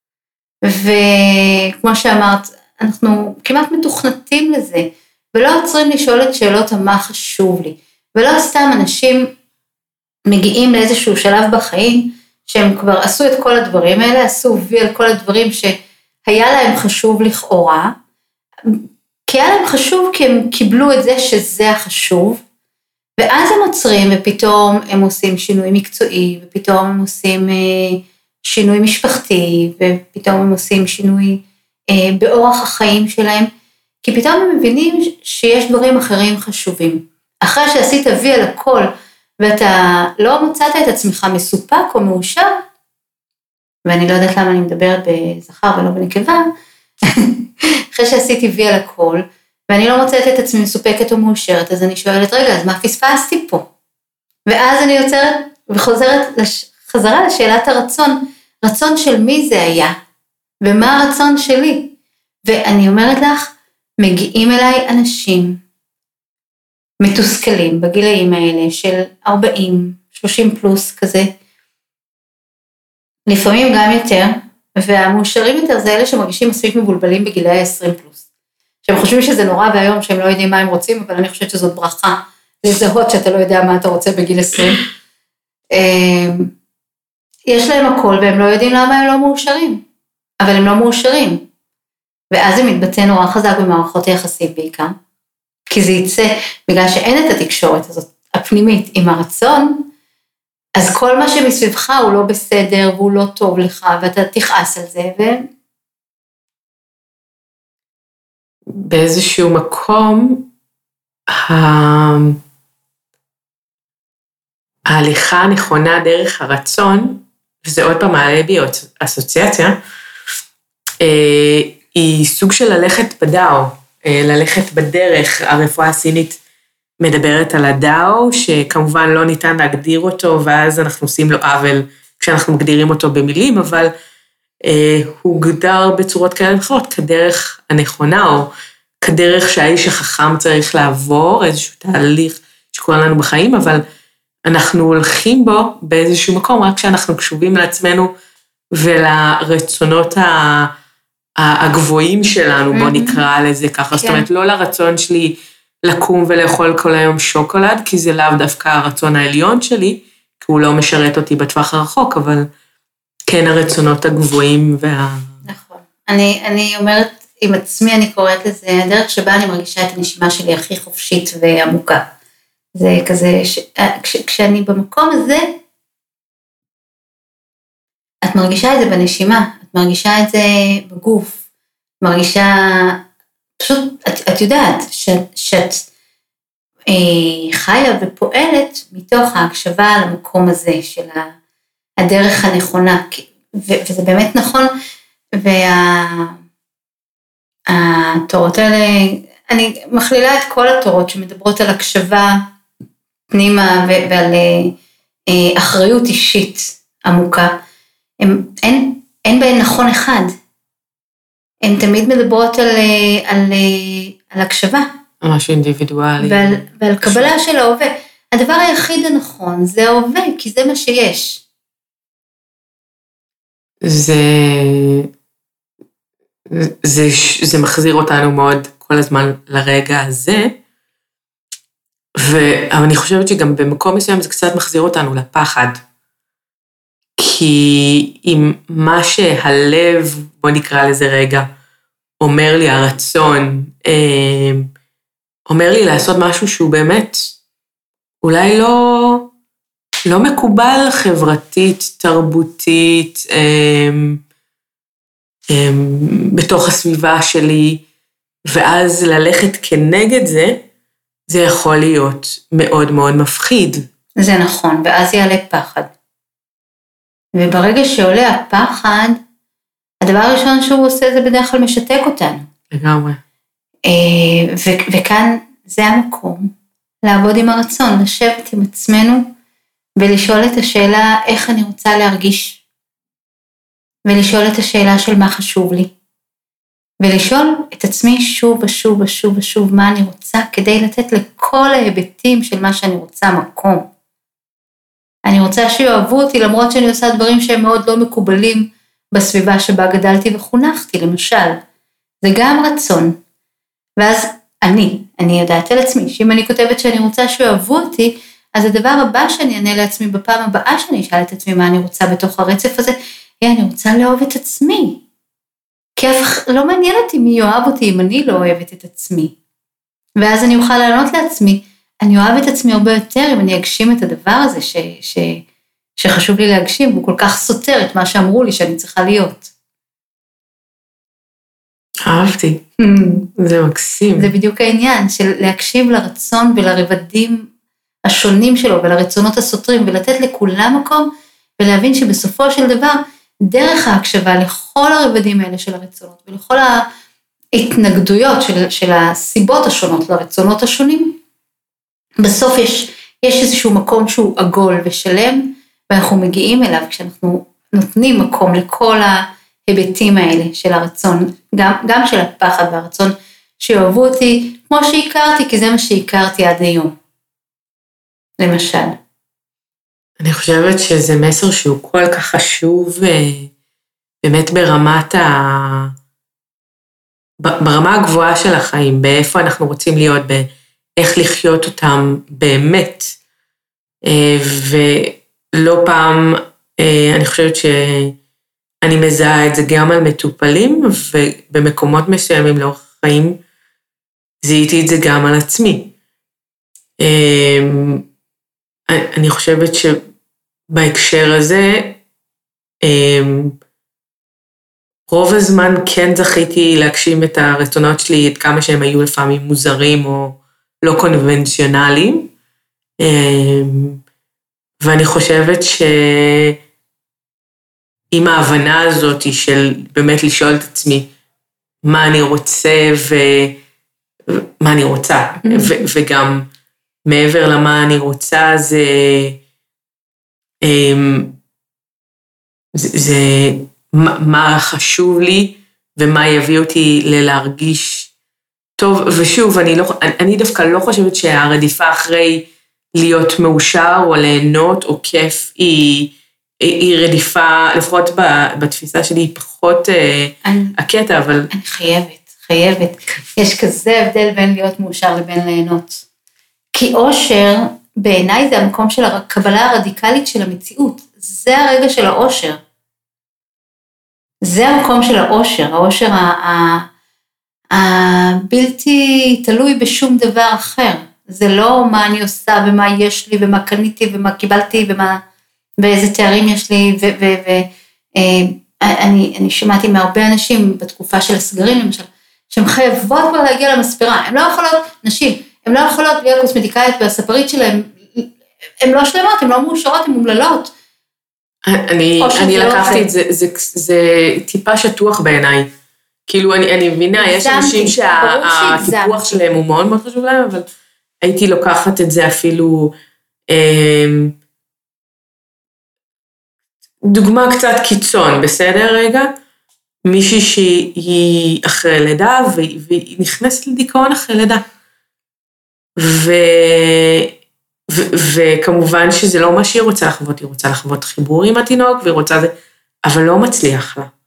וכמו שאמרת, אנחנו כמעט מתוכנתים לזה, ולא עוצרים לשאול את שאלות מה חשוב לי, ולא סתם אנשים מגיעים לאיזשהו שלב בחיים, שהם כבר עשו את כל הדברים האלה, עשו וי על כל הדברים שהיה להם חשוב לכאורה, כי היה להם חשוב כי הם קיבלו את זה שזה החשוב, ואז הם עוצרים ופתאום הם עושים שינוי מקצועי, ופתאום הם עושים שינוי משפחתי, ופתאום הם עושים שינוי באורח החיים שלהם, כי פתאום הם מבינים שיש דברים אחרים חשובים. אחרי שעשית וי על הכל, ואתה לא מצאת את עצמך מסופק או מאושר, ואני לא יודעת למה אני מדברת בזכר ולא בנקבה, אחרי שעשיתי וי על הכל, ואני לא מוצאת את עצמי מסופקת או מאושרת, אז אני שואלת, רגע, אז מה פספסתי פה? ואז אני יוצרת וחוזרת חזרה לשאלת הרצון, רצון של מי זה היה, ומה הרצון שלי? ואני אומרת לך, מגיעים אליי אנשים מתוסכלים בגילאים האלה של 40, 30 פלוס כזה, לפעמים גם יותר, והמאושרים יותר זה אלה שמרגישים מספיק מבולבלים בגילאי 20 פלוס. שהם חושבים שזה נורא והיום שהם לא יודעים מה הם רוצים, אבל אני חושבת שזאת ברכה לזהות שאתה לא יודע מה אתה רוצה בגיל 20. יש להם הכל והם לא יודעים למה הם לא מאושרים, אבל הם לא מאושרים. ואז זה מתבטא נורא חזק במערכות היחסים בעיקר, כי זה יצא בגלל שאין את התקשורת הזאת הפנימית עם הרצון, אז כל מה שמסביבך הוא לא בסדר והוא לא טוב לך, ואתה תכעס על זה, באיזשהו מקום, ההליכה הנכונה דרך הרצון, וזה עוד פעם מעלה בי אסוציאציה, היא סוג של ללכת בדאו, ללכת בדרך. הרפואה הסינית מדברת על הדאו, שכמובן לא ניתן להגדיר אותו, ואז אנחנו עושים לו עוול כשאנחנו מגדירים אותו במילים, אבל הוא הוגדר בצורות כאלה ואחרות, כדרך הנכונה, או כדרך שהאיש החכם צריך לעבור, איזשהו תהליך שקורה לנו בחיים, אבל אנחנו הולכים בו באיזשהו מקום, רק כשאנחנו קשובים לעצמנו, ולרצונות הגבוהים שלנו, בוא נקרא לזה ככה, זאת אומרת, לא לרצון שלי לקום ולאכול כל היום שוקולד, כי זה לאו דווקא הרצון העליון שלי, כי הוא לא משרת אותי בטווח הרחוק, אבל כן הרצונות הגבוהים נכון. אני אומרת, עם עצמי אני קוראת לזה, הדרך שבה אני מרגישה את הנשימה שלי הכי חופשית ועמוקה. זה כזה, כשאני במקום הזה, את מרגישה את זה בנשימה, את מרגישה את זה בגוף, מרגישה, פשוט, את יודעת, שאת חיה ופועלת מתוך ההקשבה למקום הזה, של הדרך הנכונה, וזה באמת נכון, והתורות האלה, אני מכלילה את כל התורות שמדברות על הקשבה פנימה ועל אחריות אישית עמוקה, אין בהן נכון אחד, הן תמיד מדברות על הקשבה. ממש אינדיבידואלי. ועל קבלה של ההווה. הדבר היחיד הנכון זה ההווה, כי זה מה שיש. זה מחזיר אותנו מאוד כל הזמן לרגע הזה, אבל אני חושבת שגם במקום מסוים זה קצת מחזיר אותנו לפחד, כי אם מה שהלב, בוא נקרא לזה רגע, אומר לי הרצון, אומר לי לעשות משהו שהוא באמת אולי לא מקובל חברתית, תרבותית, בתוך הסביבה שלי, ואז ללכת כנגד זה, זה יכול להיות מאוד מאוד מפחיד. זה נכון, ואז יעלה פחד. וברגע שעולה הפחד, הדבר הראשון שהוא עושה זה בדרך כלל משתק אותנו. לגמרי. וכאן זה המקום לעבוד עם הרצון, לשבת עם עצמנו, ולשאול את השאלה איך אני רוצה להרגיש, ולשאול את השאלה של מה חשוב לי, ולשאול את עצמי שוב ושוב ושוב ושוב מה אני רוצה, כדי לתת לכל ההיבטים של מה שאני רוצה מקום. אני רוצה שיאהבו אותי, למרות שאני עושה דברים שהם מאוד לא מקובלים בסביבה שבה גדלתי וחונכתי, למשל. זה גם רצון. ואז אני יודעת על עצמי, שאם אני כותבת שאני רוצה שיאהבו אותי, אז הדבר הבא שאני אענה לעצמי בפעם הבאה שאני אשאל את עצמי מה אני רוצה בתוך הרצף הזה, אני רוצה לאהוב את עצמי. כי לא מעניין אותי מי יאהב אותי אם אני לא אוהבת את עצמי. ואז אני אוכל לענות לעצמי, אני אוהב את עצמי הרבה יותר אם אני אגשים את הדבר הזה שחשוב לי להגשים, והוא כל כך סותר את מה שאמרו לי שאני צריכה להיות. אהבתי, זה מקסים. זה בדיוק העניין של להקשיב לרצון ולרבדים השונים שלו ולרצונות הסותרים, ולתת לכולם מקום, ולהבין שבסופו של דבר, דרך ההקשבה לכל הרבדים האלה של הרצונות, ולכל ההתנגדויות של הסיבות השונות לרצונות השונים, בסוף יש איזשהו מקום שהוא עגול ושלם, ואנחנו מגיעים אליו כשאנחנו נותנים מקום לכל ההיבטים האלה של הרצון, גם של הפחד והרצון שאוהבו אותי כמו שהכרתי, כי זה מה שהכרתי עד היום. למשל. אני חושבת שזה מסר שהוא כל כך חשוב, באמת ברמה הגבוהה של החיים, באיפה אנחנו רוצים להיות, באיך לחיות אותם באמת, ולא פעם, אני חושבת שאני מזהה את זה גם על מטופלים, ובמקומות מסוימים לאורך החיים, זיהיתי את זה גם על עצמי. אני חושבת שבהקשר הזה, רוב הזמן כן זכיתי להגשים את הרצונות שלי, את כמה שהם היו לפעמים מוזרים או לא קונבנציונליים, ואני חושבת שעם ההבנה הזאת של באמת לשאול את עצמי מה אני רוצה ומה אני רוצה, וגם מעבר למה אני רוצה, זה מה חשוב לי, ומה יביא אותי להרגיש טוב, ושוב, אני דווקא לא חושבת שהרדיפה אחרי להיות מאושר, או ליהנות, או כיף, היא רדיפה, לפחות בתפיסה שלי, היא פחות הקטע, אבל... אני חייבת. יש כזה הבדל בין להיות מאושר לבין ליהנות. כי אושר, בעיניי זה המקום של הקבלה הרדיקלית של המציאות. זה הרגע של האושר. זה המקום של האושר. האושר הבלתי תלוי בשום דבר אחר. זה לא מה אני עושה ומה יש לי ומה קניתי ומה קיבלתי ואיזה תארים יש לי. אני שמעתי מהרבה אנשים בתקופה של הסגרים, למשל, שהן חייבות כבר להגיע למספרה. הן לא יכולות, נשים, הן לא יכולות בלי הקוסמטיקאית והספרית שלהן, הן לא שלמות, הן לא מאושרות, הן מומללות. אני לקחתי את זה, זה טיפה שטוח בעיניי. כאילו, אני מבינה, יש אנשים שהטיפוח שלהם הוא מאוד מאוד חשוב להם, אבל הייתי לוקחת את זה אפילו, דוגמה קצת קיצון, בסדר רגע? מישהי שהיא אחרי לידה, והיא נכנסת לדיכאון אחרי לידה. וכמובן שזה לא מה שהיא רוצה לחוות, היא רוצה לחוות חיבור עם התינוק, והיא רוצה זה, אבל לא מצליח לה.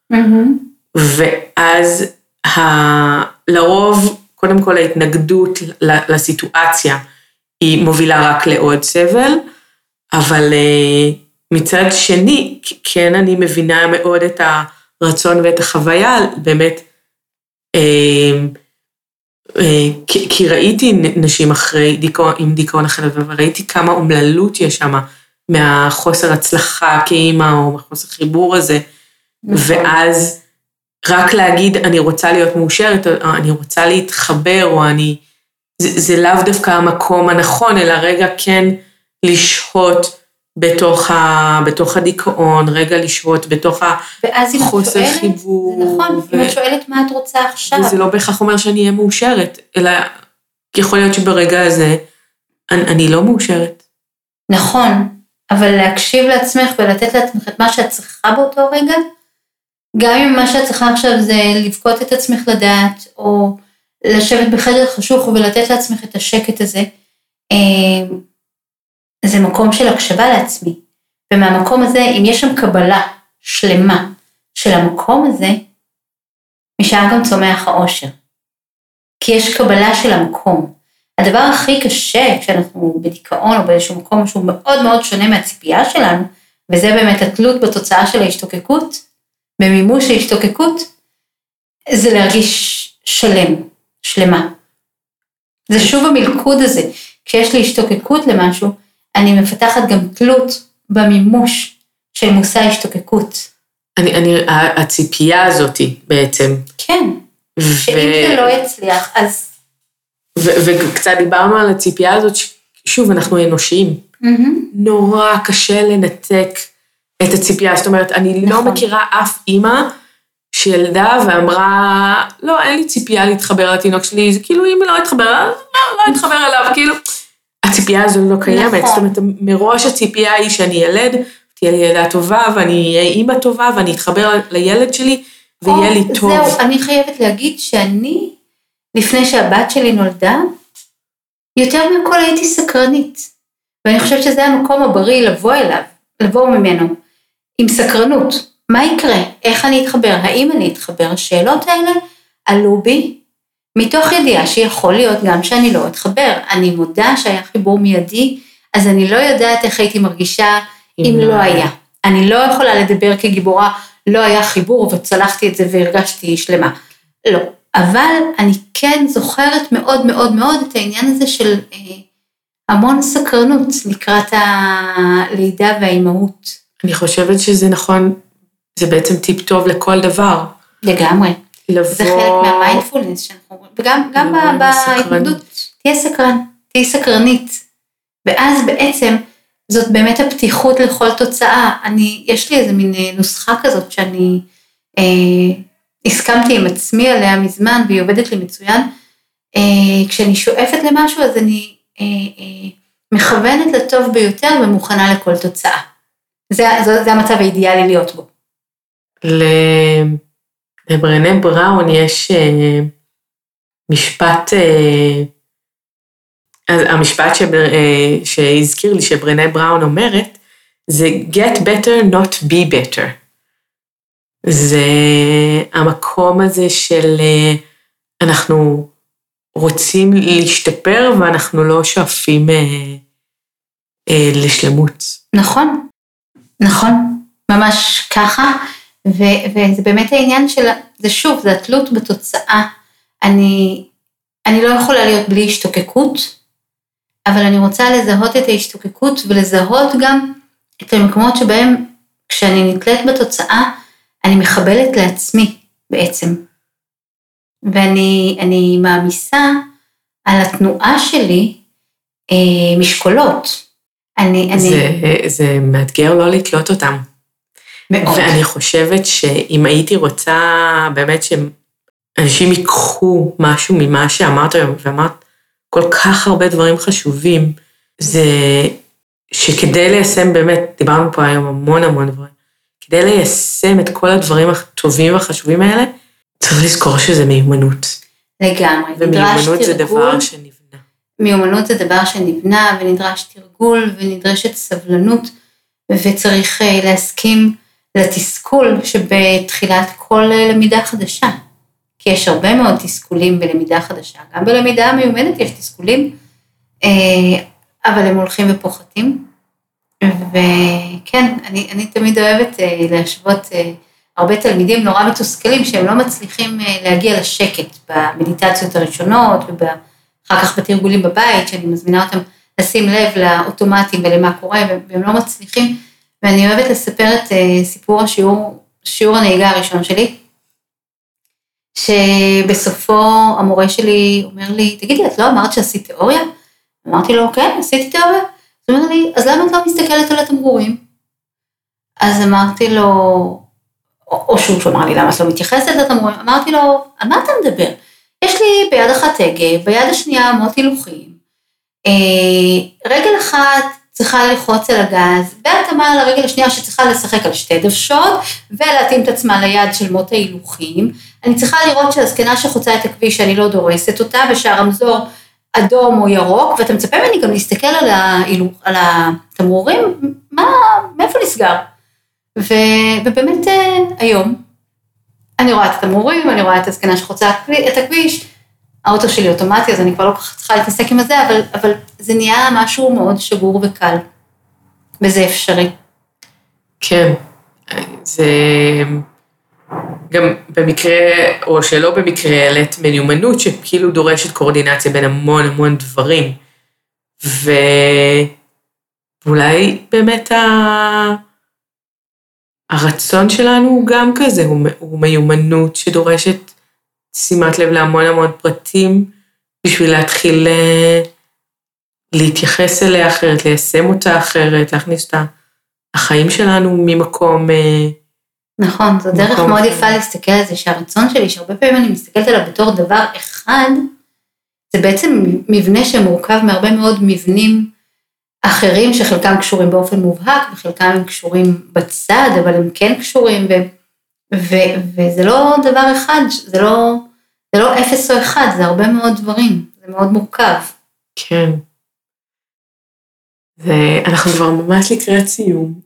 ואז לרוב, קודם כל ההתנגדות לסיטואציה, היא מובילה רק לעוד סבל, אבל מצד שני, כן אני מבינה מאוד את הרצון ואת החוויה, באמת, כי ראיתי נשים אחרי עם דיכאון אחרי, וראיתי כמה אומללות יש שם, מהחוסר הצלחה כאימא, או מחוסר חיבור הזה, ואז רק להגיד, אני רוצה להיות מאושרת, או אני רוצה להתחבר, או זה לאו דווקא המקום הנכון, אלא רגע כן לשהות בתוך הדיכאון, רגע לשהות בתוך החוסר חיבור. זה נכון, אם את שואלת מה את רוצה עכשיו. וזה לא בהכרח אומר שאני אהיה מאושרת, אלא יכול להיות שברגע הזה אני לא מאושרת. נכון, אבל להקשיב לעצמך ולתת לעצמך את מה שאת צריכה באותו רגע, גם אם מה שאת צריכה עכשיו זה לבכות את עצמך לדעת, או לשבת בחדר חשוך ולתת לעצמך את השקט הזה, זה מקום של הקשבה לעצמי. ומהמקום הזה, אם יש שם קבלה שלמה של המקום הזה, משם גם צומח האושר. כי יש קבלה של המקום. הדבר הכי קשה כשאנחנו בדיכאון או באיזשהו מקום שהוא מאוד מאוד שונה מהציפייה שלנו, וזה באמת התלות בתוצאה של ההשתוקקות, במימוש ההשתוקקות, זה להרגיש שלם, שלמה. זה שוב המלכוד הזה. כשיש לי השתוקקות למשהו, אני מפתחת גם תלות במימוש של מושא ההשתוקקות. הציפייה הזאת בעצם. כן. שאם זה לא יצליח, אז... וקצת דיברנו על הציפייה הזאת, שוב, אנחנו אנושיים. נורא קשה לנתק את הציפייה, זאת אומרת, אני לא מכירה אף אימא שילדה ואמרה, לא, אין לי ציפייה להתחבר לתינוק שלי, זה כאילו, אם לא יתחבר, לא יתחבר אליו, כאילו, הציפייה הזו לא קיימת, זאת אומרת, מראש הציפייה היא שאני ילד, תהיה לי ילדה טובה, ואני אהיה אימא טובה, ואני אתחבר לילד שלי, ויהיה לי טוב. זהו, אני חייבת להגיד שאני, לפני שהבת שלי נולדה, יותר מהכל הייתי סקרנית, ואני חושבת שזה המקום הבריא לבוא אליו, לבוא ממנו, עם סקרנות. מה יקרה? איך אני אתחבר? האם אני אתחבר? השאלות האלה עלו בי, מתוך ידיעה שיכול להיות גם שאני לא אתחבר. אני מודה שהיה חיבור מיידי, אז אני לא יודעת איך הייתי מרגישה אם לא היה. אני לא יכולה לדבר כגיבורה, לא היה חיבור וצלחתי את זה והרגשתי שלמה. לא. אבל אני כן זוכרת מאוד מאוד מאוד את העניין הזה של המון סקרנות לקראת הלידה והאימהות. אני חושבת שזה נכון, זה בעצם טיפ טוב לכל דבר. לגמרי. זה חלק מהמיינדפולנס שאנחנו, וגם בהתמודדות, תהיה סקרן, תהיה סקרנית. ואז בעצם זאת באמת הפתיחות לכל תוצאה. יש לי איזה מין נוסחה כזאת שאני הסכמתי עם עצמי עליה מזמן, והיא עובדת לי מצוין. כשאני שואפת למשהו, אז אני מכוונת לטוב ביותר ומוכנה לכל תוצאה. זה המצב האידיאלי להיות בו. לברנה בראון יש משפט, המשפט שהזכיר לי שברנה בראון אומרת, זה get better not be better. זה המקום הזה של אנחנו רוצים להשתפר ואנחנו לא שואפים לשלמות. נכון, נכון, ממש ככה, וזה באמת העניין של, זה שוב, זה התלות בתוצאה. אני לא יכולה להיות בלי השתוקקות, אבל אני רוצה לזהות את ההשתוקקות, ולזהות גם את המקומות שבהם, כשאני נתלית בתוצאה, אני מחבלת לעצמי בעצם. ואני מאמיסה על התנועה שלי משקולות. זה מאתגר לא לתלות אותם. מאוד. ואני חושבת שאם הייתי רוצה באמת שאנשים ייקחו משהו ממה שאמרת היום, ואמרת כל כך הרבה דברים חשובים, זה שכדי ליישם באמת, דיברנו פה היום המון דברים, כדי ליישם את כל הדברים הטובים והחשובים האלה, צריך לזכור שזה מיומנות. לגמרי. ומיומנות זה דבר שנבנה. מיומנות זה דבר שנבנה, ונדרש תרגול, ונדרשת סבלנות, וצריך להסכים לתסכול שבתחילת כל למידה חדשה. כי יש הרבה מאוד תסכולים בלמידה חדשה. גם בלמידה מיומנת יש תסכולים, אבל הם הולכים ופוחתים. וכן, אני תמיד אוהבת להשוות הרבה תלמידים נורא מתוסכלים, שהם לא מצליחים להגיע לשקט במדיטציות הראשונות, ואחר כך בתרגולים בבית, שאני מזמינה אותם לשים לב לאוטומטים ולמה קורה, והם לא מצליחים. ואני אוהבת לספר את סיפור שיעור הנהיגה הראשון שלי, שבסופו המורה שלי אומר לי, תגידי, את לא אמרת שעשית תיאוריה? אמרתי לו, כן, עשיתי תיאוריה. הוא אומר לי, אז למה את לא מסתכלת על התמרורים? אז אמרתי לו, או שהוא אמר לי, למה את לא מתייחסת לתמרורים? אמרתי לו, על מה אתה מדבר? יש לי ביד אחת הגה, ביד השנייה אמות הילוכים, רגל אחת צריכה ללחוץ על הגז, בהתאמה לרגל השנייה שצריכה לשחק על 2 דוושות, ולהתאים את עצמה ליד של מות ההילוכים. אני צריכה לראות שהזקנה שחוצה את הכביש, שאני לא דורסת אותה, ושהרמזור אדום או ירוק, ואתה מצפה ממני גם להסתכל על התמרורים, מאיפה נסגר? ובאמת היום, אני רואה את התמרורים, אני רואה את הזקנה שחוצה את הכביש, האוטו שלי אוטומטי, אז אני כבר לא כל כך צריכה להתעסק עם זה, אבל זה נהיה משהו מאוד שגור וקל, וזה אפשרי. כן, זה גם במקרה, או שלא במקרה, העלית מיומנות שכאילו דורשת קואורדינציה בין המון המון דברים, ואולי באמת הרצון שלנו הוא גם כזה, הוא מיומנות שדורשת שימת לב להמון המון פרטים, בשביל להתחיל להתייחס אליה אחרת, ליישם אותה אחרת, להכניס אותה החיים שלנו ממקום... נכון, זו דרך מאוד יפה להסתכל על זה, שהרצון שלי, שהרבה פעמים אני מסתכלת עליו בתור דבר אחד, זה בעצם מבנה שמורכב מהרבה מאוד מבנים אחרים, שחלקם קשורים באופן מובהק, וחלקם הם קשורים בצד, אבל הם כן קשורים, וזה לא דבר אחד, זה לא 0 או 1, זה הרבה מאוד דברים, זה מאוד מורכב. כן. ואנחנו כבר ממש לקראת סיום,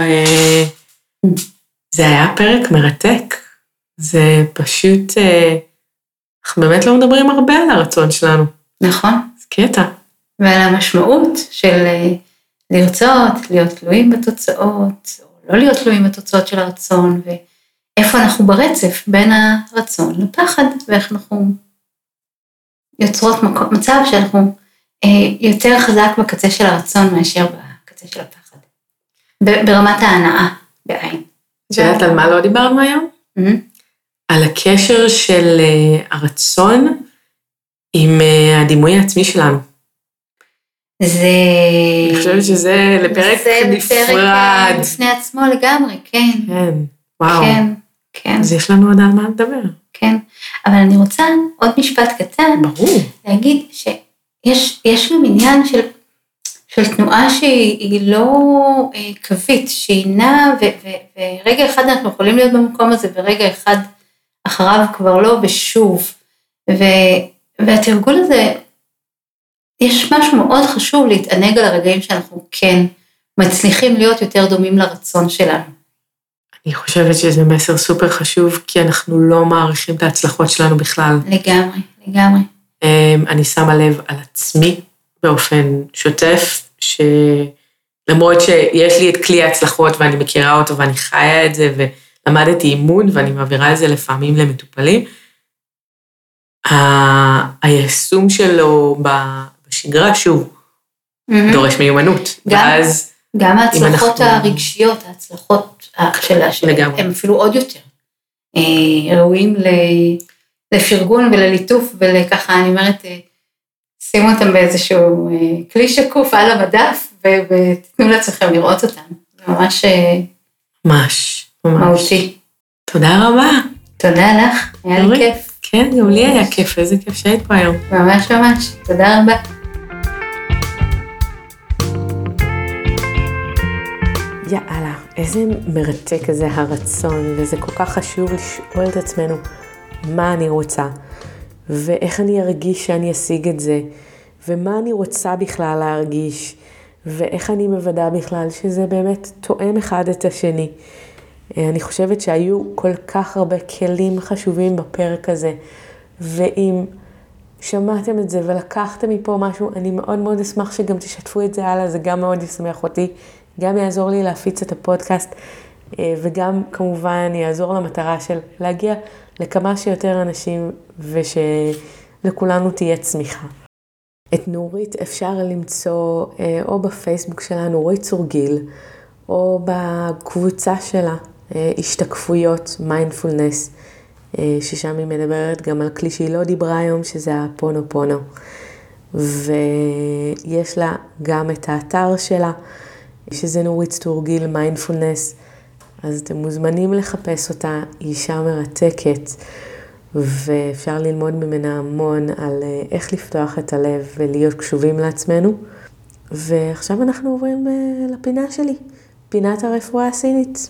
וזה היה פרק מרתק. זה פשוט, אנחנו באמת לא מדברים הרבה על הרצון שלנו. נכון. זה קטע. ועל המשמעות של לרצות, להיות תלויים בתוצאות, או לא להיות תלויים בתוצאות של הרצון, ואיפה אנחנו ברצף בין הרצון לפחד, ואיך אנחנו יוצרות מצב שאנחנו יותר חזק בקצה של הרצון מאשר בקצה של הפחד. ברמת ההנאה, בעין. שאלת על מה לא דיברנו היום? על הקשר של הרצון עם הדימוי העצמי שלנו. אני חושבת שזה לפרק נפרד. זה בפני עצמו לגמרי, כן. כן, וואו. כן. אז יש לנו עוד על מה לדבר. כן, אבל אני רוצה עוד משפט קטן. ברור. להגיד שיש גם עניין של תנועה שהיא לא קווית, שהיא נעה, ורגע אחד אנחנו יכולים להיות במקום הזה, ורגע אחד אחריו כבר לא, ושוב. והתרגול הזה, יש משהו מאוד חשוב להתענג על הרגעים שאנחנו כן מצליחים להיות יותר דומים לרצון שלנו. אני חושבת שזה מסר סופר חשוב, כי אנחנו לא מעריכים את ההצלחות שלנו בכלל. לגמרי. אני שמה לב על עצמי באופן שוטף, שלמרות שיש לי את כלי ההצלחות ואני מכירה אותו ואני חיה את זה, ולמדתי אימון ואני מעבירה את זה לפעמים למטופלים, היישום שלו בשגרה שוב דורש מיומנות. גם ההצלחות הרגשיות, ההצלחות שלה, הם אפילו עוד יותר ראויים לפרגון ולליטוף, ולככה אני אומרת, שימו אותם באיזשהו כלי שקוף על המדף, ותתנו לעצמכם לראות אותם. זה ממש מהותי. תודה רבה. תודה לך, היה לי כיף. כן, גם לי היה כיף, איזה כיף שהיית פה היום. ממש, תודה רבה. יאללה, איזה מרתק זה הרצון, וזה כל כך חשוב לשאול את עצמנו מה אני רוצה, ואיך אני ארגיש שאני אשיג את זה, ומה אני רוצה בכלל להרגיש, ואיך אני מוודא בכלל שזה באמת תואם אחד את השני. אני חושבת שהיו כל כך הרבה כלים חשובים בפרק הזה, ואם שמעתם את זה ולקחתם מפה משהו, אני מאוד מאוד אשמח שגם תשתפו את זה הלאה, זה גם מאוד ישמח אותי, גם יעזור לי להפיץ את הפודקאסט, וגם כמובן יעזור למטרה של להגיע לכמה שיותר אנשים, ושלכולנו תהיה צמיחה. את נורית אפשר למצוא או בפייסבוק שלנו, נורית צורגיל, או בקבוצה שלה, השתקפויות מיינדפולנס, ששם היא מדברת גם על כלי שהיא לא דיברה היום, שזה הפונופונו. ויש לה גם את האתר שלה, שזה נורית צורגיל מיינדפולנס, אז אתם מוזמנים לחפש אותה, היא אישה מרתקת, ואפשר ללמוד ממנה המון על איך לפתוח את הלב ולהיות קשובים לעצמנו. ועכשיו אנחנו עוברים לפינה שלי, פינת הרפואה הסינית.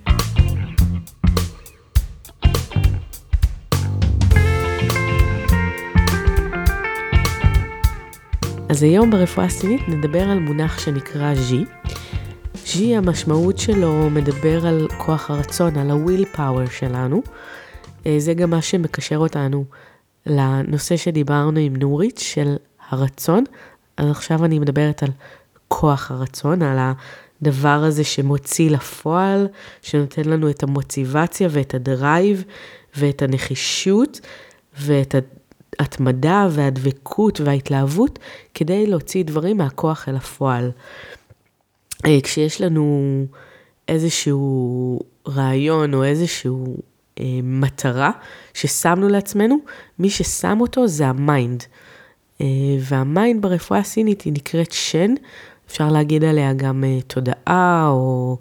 אז היום ברפואה הסינית נדבר על מונח שנקרא ז'י. ז'י, המשמעות שלו מדבר על כוח הרצון, על ה-will power שלנו. זה גם מה שמקשר אותנו לנושא שדיברנו עם נורית של הרצון. אז עכשיו אני מדברת על כוח הרצון, על הדבר הזה שמוציא לפועל, שנותן לנו את המוטיבציה ואת הדרייב ואת הנחישות ואת ההתמדה והדבקות וההתלהבות כדי להוציא דברים מהכוח אל הפועל. כשיש לנו איזשהו רעיון או איזשהו מטרה ששמנו לעצמנו, מי ששם אותו זה המיינד. והמיינד ברפואה הסינית היא נקראת שן, אפשר להגיד עליה גם תודעה או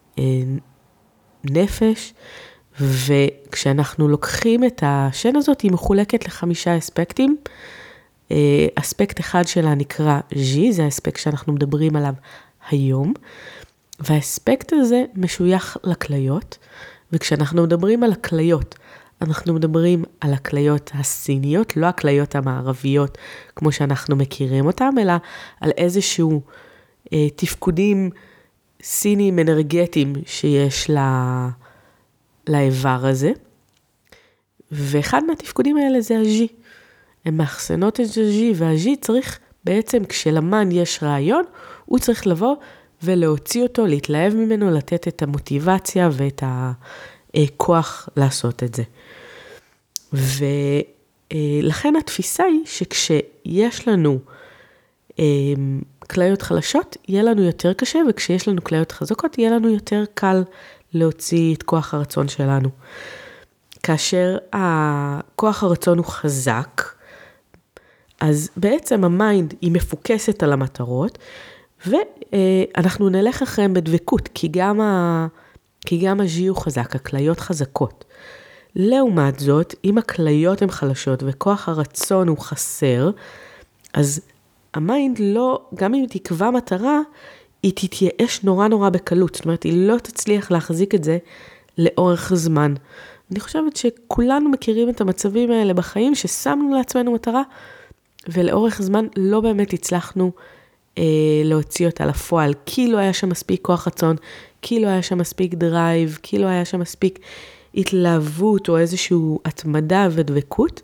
נפש, וכשאנחנו לוקחים את השן הזאת, היא מחולקת ל5 אספקטים. אספקט אחד שלה נקרא ז'י, זה האספקט שאנחנו מדברים עליו היום, והאספקט הזה משוייך לכליות, וכשאנחנו מדברים על הכליות, אנחנו מדברים על הכליות הסיניות, לא הכליות המערביות כמו שאנחנו מכירים אותם, אלא על איזשהו תפקודים סיניים אנרגטיים שיש לאיבר הזה. ואחד מהתפקודים האלה זה הז'י. הן מאחסנות את הז'י, והז'י צריך בעצם כשלמן יש רעיון, הוא צריך לבוא ולהוציא אותו, להתלהב ממנו, לתת את המוטיבציה ואת הכוח לעשות את זה. ולכן התפיסה היא שכשיש לנו כליות חלשות, יהיה לנו יותר קשה, וכשיש לנו כליות חזקות, יהיה לנו יותר קל להוציא את כוח הרצון שלנו. כאשר כוח הרצון הוא חזק, אז בעצם המיינד היא מפוקסת על המטרות, ואנחנו נלך אחריהם בדבקות, כי גם הז'י הוא חזק, הכליות חזקות. לעומת זאת, אם הכליות הן חלשות וכוח הרצון הוא חסר, אז המיינד לא, גם אם תקבע מטרה, היא תתייאש נורא בקלות, זאת אומרת, היא לא תצליח להחזיק את זה לאורך זמן. אני חושבת שכולנו מכירים את המצבים האלה בחיים, ששמנו לעצמנו מטרה, ולאורך זמן לא באמת הצלחנו להוציא אותה לפועל, כי לא היה שם מספיק כוח רצון, כי לא היה שם מספיק דרייב, כי לא היה שם מספיק התלהבות או איזשהו התמדה ודבקות,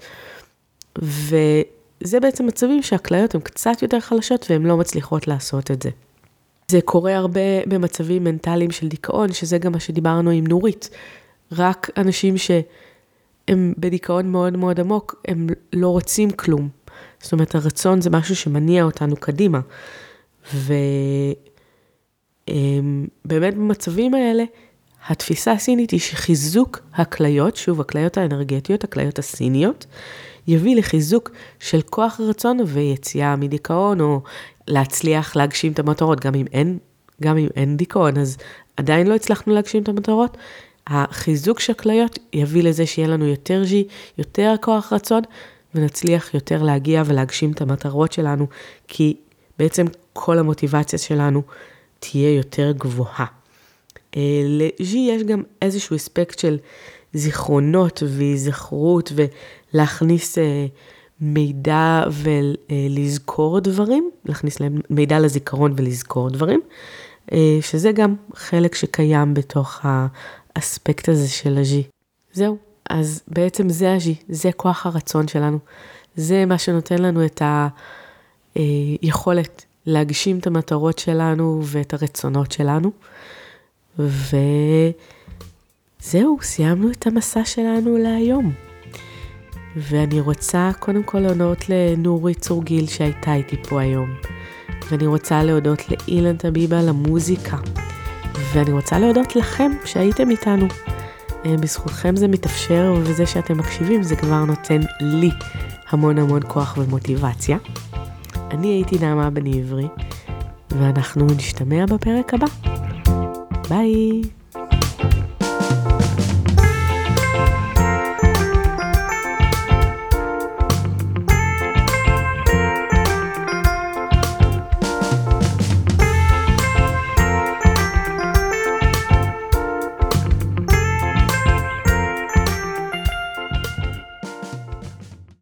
וזה בעצם מצבים שהכליות הן קצת יותר חלשות והן לא מצליחות לעשות את זה. זה קורה הרבה במצבים מנטליים של דיכאון, שזה גם מה שדיברנו עם נורית. רק אנשים שהם בדיכאון מאוד עמוק, הם לא רוצים כלום. זאת אומרת, הרצון זה משהו שמניע אותנו קדימה. ובאמת במצבים האלה, התפיסה הסינית היא שחיזוק הכליות, שוב, הכליות האנרגטיות, הכליות הסיניות, יביא לחיזוק של כוח הרצון ויציאה מדיכאון, או להצליח להגשים את המטרות, גם אם אין דיכאון, אז עדיין לא הצלחנו להגשים את המטרות. החיזוק של הכליות יביא לזה שיהיה לנו יותר ז'י, יותר כוח רצון, ונצליח יותר להגיע ולהגשים את המטרות שלנו, כי בעצם כל המוטיבציה שלנו תהיה יותר גבוהה. לז'י יש גם איזשהו אספקט של זיכרונות והיזכרות, ולהכניס מידע ולזכור דברים, להכניס להם מידע לזיכרון ולזכור דברים, שזה גם חלק שקיים בתוך האספקט הזה של הז'י. זהו, אז בעצם זה הז'י, זה כוח הרצון שלנו, זה מה שנותן לנו את היכולת להגשים את המטרות שלנו ואת הרצונות שלנו, וזהו, סיימנו את המסע שלנו להיום. ואני רוצה קודם כל להודות לנורית צורגיל שהייתה איתי פה היום, ואני רוצה להודות לאילן טביבה למוזיקה, ואני רוצה להודות לכם שהייתם איתנו. בזכותכם זה מתאפשר, וזה שאתם מקשיבים זה כבר נותן לי המון כוח ומוטיבציה. אני הייתי נעמה בן עברי, ואנחנו נשתמע בפרק הבא. ביי!